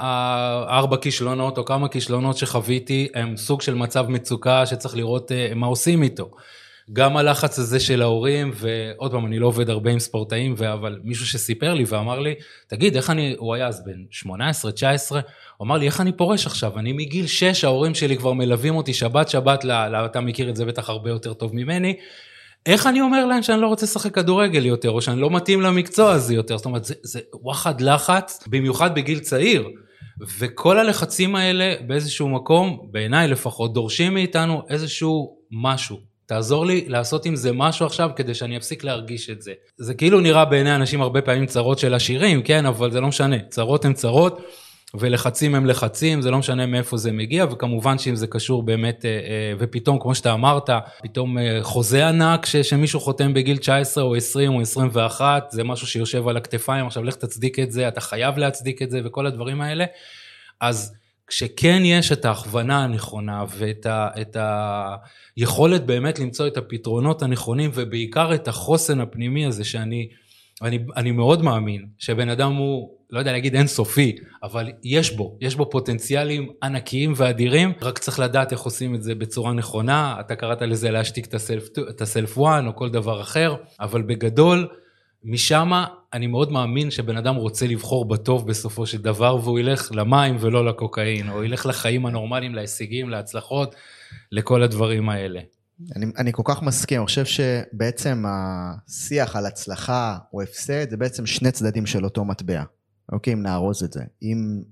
4 כישלונות או כמה כישלונות שחוויתי, הם סוג של מצב מצוקה שצריך לראות מה עושים איתו. גם הלחץ הזה של ההורים, ועוד פעם, אני לא עובד הרבה עם ספורטאים, אבל מישהו שסיפר לי ואמר לי, תגיד, הוא היה אז בן 18, 19, הוא אמר לי, איך אני פורש עכשיו? אני מגיל 6, ההורים שלי כבר מלווים אותי שבת, אתה מכיר את זה בטח הרבה יותר טוב ממני, איך אני אומר להם שאני לא רוצה לשחק כדורגל יותר, או שאני לא מתאים למקצוע הזה יותר, זאת אומרת, זה וואחד לחץ, במיוחד בגיל צעיר, וכל הלחצים האלה באיזשהו מקום, בעיניי לפחות, דורשים מאיתנו איזשהו משהו, תעזור לי לעשות עם זה משהו עכשיו, כדי שאני אפסיק להרגיש את זה. זה כאילו נראה בעיני אנשים הרבה פעמים צרות של עשירים, כן, אבל זה לא משנה, צרות הן צרות, ולחצים הם לחצים, זה לא משנה מאיפה זה מגיע, וכמובן שאם זה קשור באמת, ופתאום, כמו שאתה אמרת, פתאום חוזה ענק שמישהו חותם בגיל 19 או 20 או 21, זה משהו שיושב על הכתפיים, עכשיו לך תצדיק את זה, אתה חייב להצדיק את זה, וכל הדברים האלה, אז כשכן יש את ההכוונה הנכונה, ואת היכולת באמת למצוא את הפתרונות הנכונים, ובעיקר את החוסן הפנימי הזה, שאני מאוד מאמין, שבן אדם הוא, לא יודע להגיד אין סופי, אבל יש בו פוטנציאלים ענקיים ואדירים, רק צריך לדעת איך עושים את זה בצורה נכונה, אתה קראת לזה להשתיק את הסלף וואן או כל דבר אחר, אבל בגדול, משם אני מאוד מאמין שבן אדם רוצה לבחור בטוב בסופו של דבר, והוא ילך למים ולא לקוקאין, או ילך לחיים הנורמליים, להישגים, להצלחות, לכל הדברים האלה. אני כל כך מסכים, אני חושב שבעצם השיח על הצלחה או הפסד, זה בעצם שני צדדים של אותו מטבע. אוקיי, אם נארוז את זה.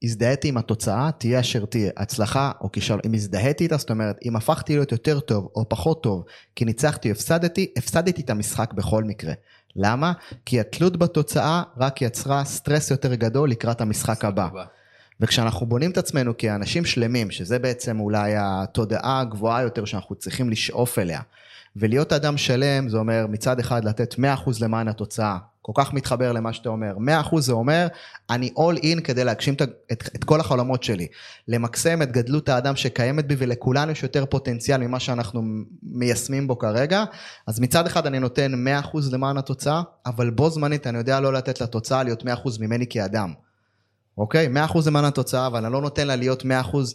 הזדהיתי עם התוצאה, תהיה אשר תהיה, הצלחה או כישלון, אם הזדהיתי איתה, זאת אומרת, אם הפכתי להיות יותר טוב או פחות טוב, כי ניצחתי או הפסדתי את המשחק בכל מקרה. למה? כי התלות בתוצאה רק יצרה סטרס יותר גדול לקראת המשחק הבא. וכשאנחנו בונים את עצמנו כאנשים שלמים, שזה בעצם אולי התודעה הגבוהה יותר שאנחנו צריכים לשאוף אליה, ולהיות אדם שלם, זה אומר מצד אחד לתת 100% למען התוצאה, כל כך מתחבר למה שאתה אומר, 100% זה אומר, אני all in כדי להגשים את כל החלומות שלי, למקסם את גדלות האדם שקיימת בי, ולכולנו יש יותר פוטנציאל ממה שאנחנו מיישמים בו כרגע, אז מצד אחד אני נותן 100% למען התוצאה, אבל בו זמנית אני יודע לא לתת לתוצאה להיות 100% ממני כאדם, אוקיי? 100% למען התוצאה, אבל אני לא נותן לה להיות 100%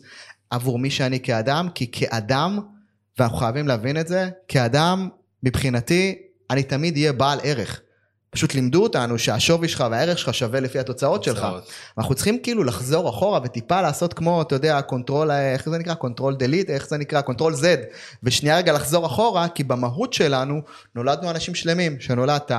עבור מי שאני כאדם, כי כאדם, ואנחנו חייבים להבין את זה, כאדם, מבחינתי, אני תמיד אהיה בעל ערך. פשוט לימדו אותנו שהשווי שלך והערך שלך שווה לפי התוצאות שלך. אנחנו צריכים כאילו לחזור אחורה וטיפה לעשות כמו, אתה יודע, קונטרול, איך זה נקרא? קונטרול דליט, איך זה נקרא? קונטרול Z. ושנייה רגע לחזור אחורה, כי במהות שלנו נולדנו אנשים שלמים, שנולדת,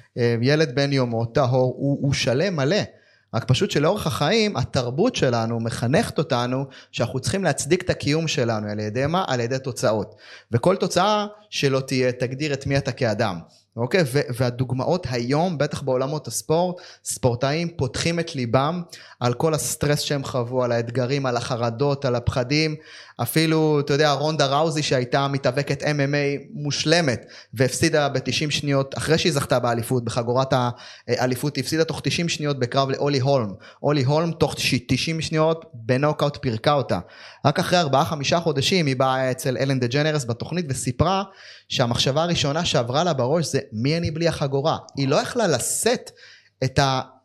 ילד בן יומו, טהור, הוא שלם מלא. רק פשוט שלאורך החיים, התרבות שלנו מחנכת אותנו, שאנחנו צריכים להצדיק את הקיום שלנו, על ידי מה? על ידי תוצאות. וכל תוצאה שלא תהיה, תגדיר את מי אתה כאדם. אוקיי? והדוגמאות היום, בטח בעולמות הספורט, ספורטאים פותחים את ליבם, על כל הסטרס שהם חוו, על האתגרים, על החרדות, על הפחדים, אפילו, אתה יודע, רונדה ראוזי שהייתה מתאבקת MMA מושלמת, והפסידה ב-90 שניות, אחרי שהיא זכתה באליפות, בחגורת האליפות, היא הפסידה תוך 90 שניות בקרב לאולי הולם. אולי הולם תוך 90 שניות בנוקאוט פירקה אותה. רק אחרי 4-5 חודשים היא באה אצל אלן דג'נרס בתוכנית וסיפרה שהמחשבה הראשונה שעברה לה בראש זה מי אני בלי החגורה. היא לא יכלה לשאת את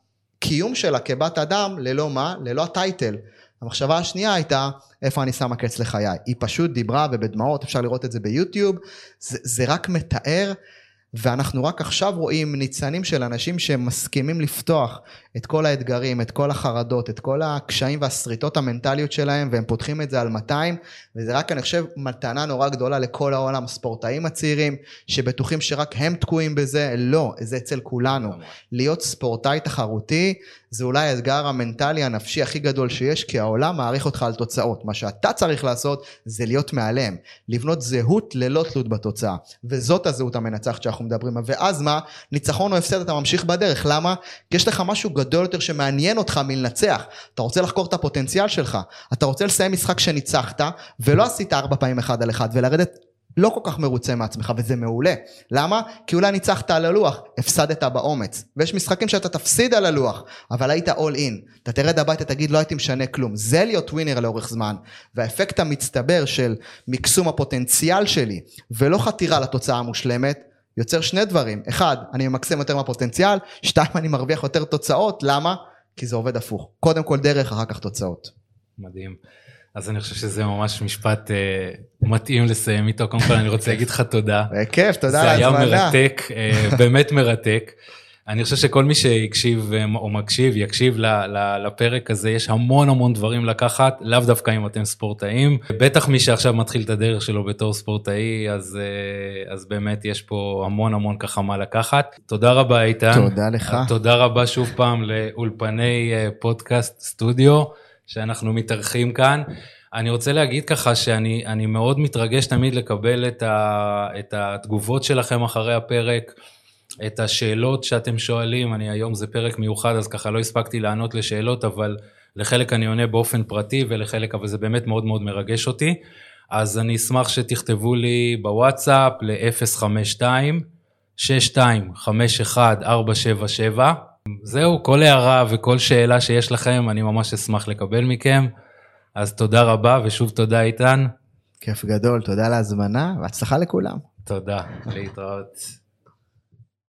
הקיום שלה כבת אדם ללא מה? ללא הטייטל. המחשבה השנייה הייתה איפה אני שמה קץ לחיי. היא פשוט דיברה ובדמעות, אפשר לראות את זה ביוטיוב, זה רק מתאר, ואנחנו רק עכשיו רואים ניצנים של אנשים שמסכימים לפתוח את כל האתגרים, את כל החרדות, את כל הקשיים והסריטות המנטליות שלהם, והם פותחים את זה על 200, וזה רק אני חושב מתנה נורא גדולה לכל העולם, הספורטאים הצעירים, שבטוחים שרק הם תקועים בזה, לא, זה אצל כולנו. להיות ספורטאי תחרותי, זה אולי האתגר המנטלי הנפשי הכי גדול שיש, כי העולם מעריך אותך על תוצאות. מה שאתה צריך לעשות זה להיות מעלם, לבנות זהות ללא תלות בתוצאה, וזאת הזהות המנצחת שאנחנו מדברים. ואז מה? ניצחון או הפסד אתה ממשיך בדרך. למה? כי יש לך משהו גדול יותר שמעניין אותך מלנצח. אתה רוצה לחקור את הפוטנציאל שלך. אתה רוצה לסיים משחק שניצחת, ולא עשית 4 פעמים 1 על 1, ולרדת לא כל כך מרוצה מעצמך, וזה מעולה. למה? כי אולי ניצחת על הלוח, הפסדת באומץ. ויש משחקים שאתה תפסיד על הלוח, אבל היית all in. אתה תרד הביתה, תגיד, לא הייתי משנה כלום. זה להיות ווינר לאורך זמן. והאפקט המצטבר של מקסום הפוטנציאל שלי, ולא חתירה לתוצאה המושלמת, יוצר 2 דברים. 1, אני ממקסם יותר מהפוטנציאל. 2, אני מרוויח יותר תוצאות. למה? כי זה עובד הפוך. קודם כל דרך, אחר כך תוצאות. מדהים. אז אני חושב שזה ממש משפט מתאים לסיים איתו. קודם כל אני רוצה להגיד לך תודה. בכיף, תודה על ההזמנה. זה היה מרתק, באמת מרתק. אני חושב שכל מי שיקשיב או מקשיב, יקשיב לפרק הזה, יש המון דברים לקחת, לאו דווקא אם אתם ספורטאים. בטח מי שעכשיו מתחיל את הדרך שלו בתור ספורטאי, אז באמת יש פה המון ככה מה לקחת. תודה רבה איתן. תודה לך. תודה רבה שוב פעם לאולפני פודקאסט סטודיו, שאנחנו מתארחים כאן. אני רוצה להגיד ככה שאני מאוד מתרגש תמיד לקבל את התגובות שלכם אחרי הפרק, את השאלות שאתם שואלים. היום זה פרק מיוחד, אז ככה לא הספקתי לענות לשאלות, אבל לחלק אני עונה באופן פרטי, ולחלק, אבל זה באמת מאוד מרגש אותי. אז אני אשמח שתכתבו לי בוואטסאפ ל-052-6251-477. זהו, כל הערה וכל שאלה שיש לכם, אני ממש אשמח לקבל מכם. אז תודה רבה, ושוב תודה איתן. כיף גדול, תודה על ההזמנה, והצלחה לכולם. תודה, להתראות.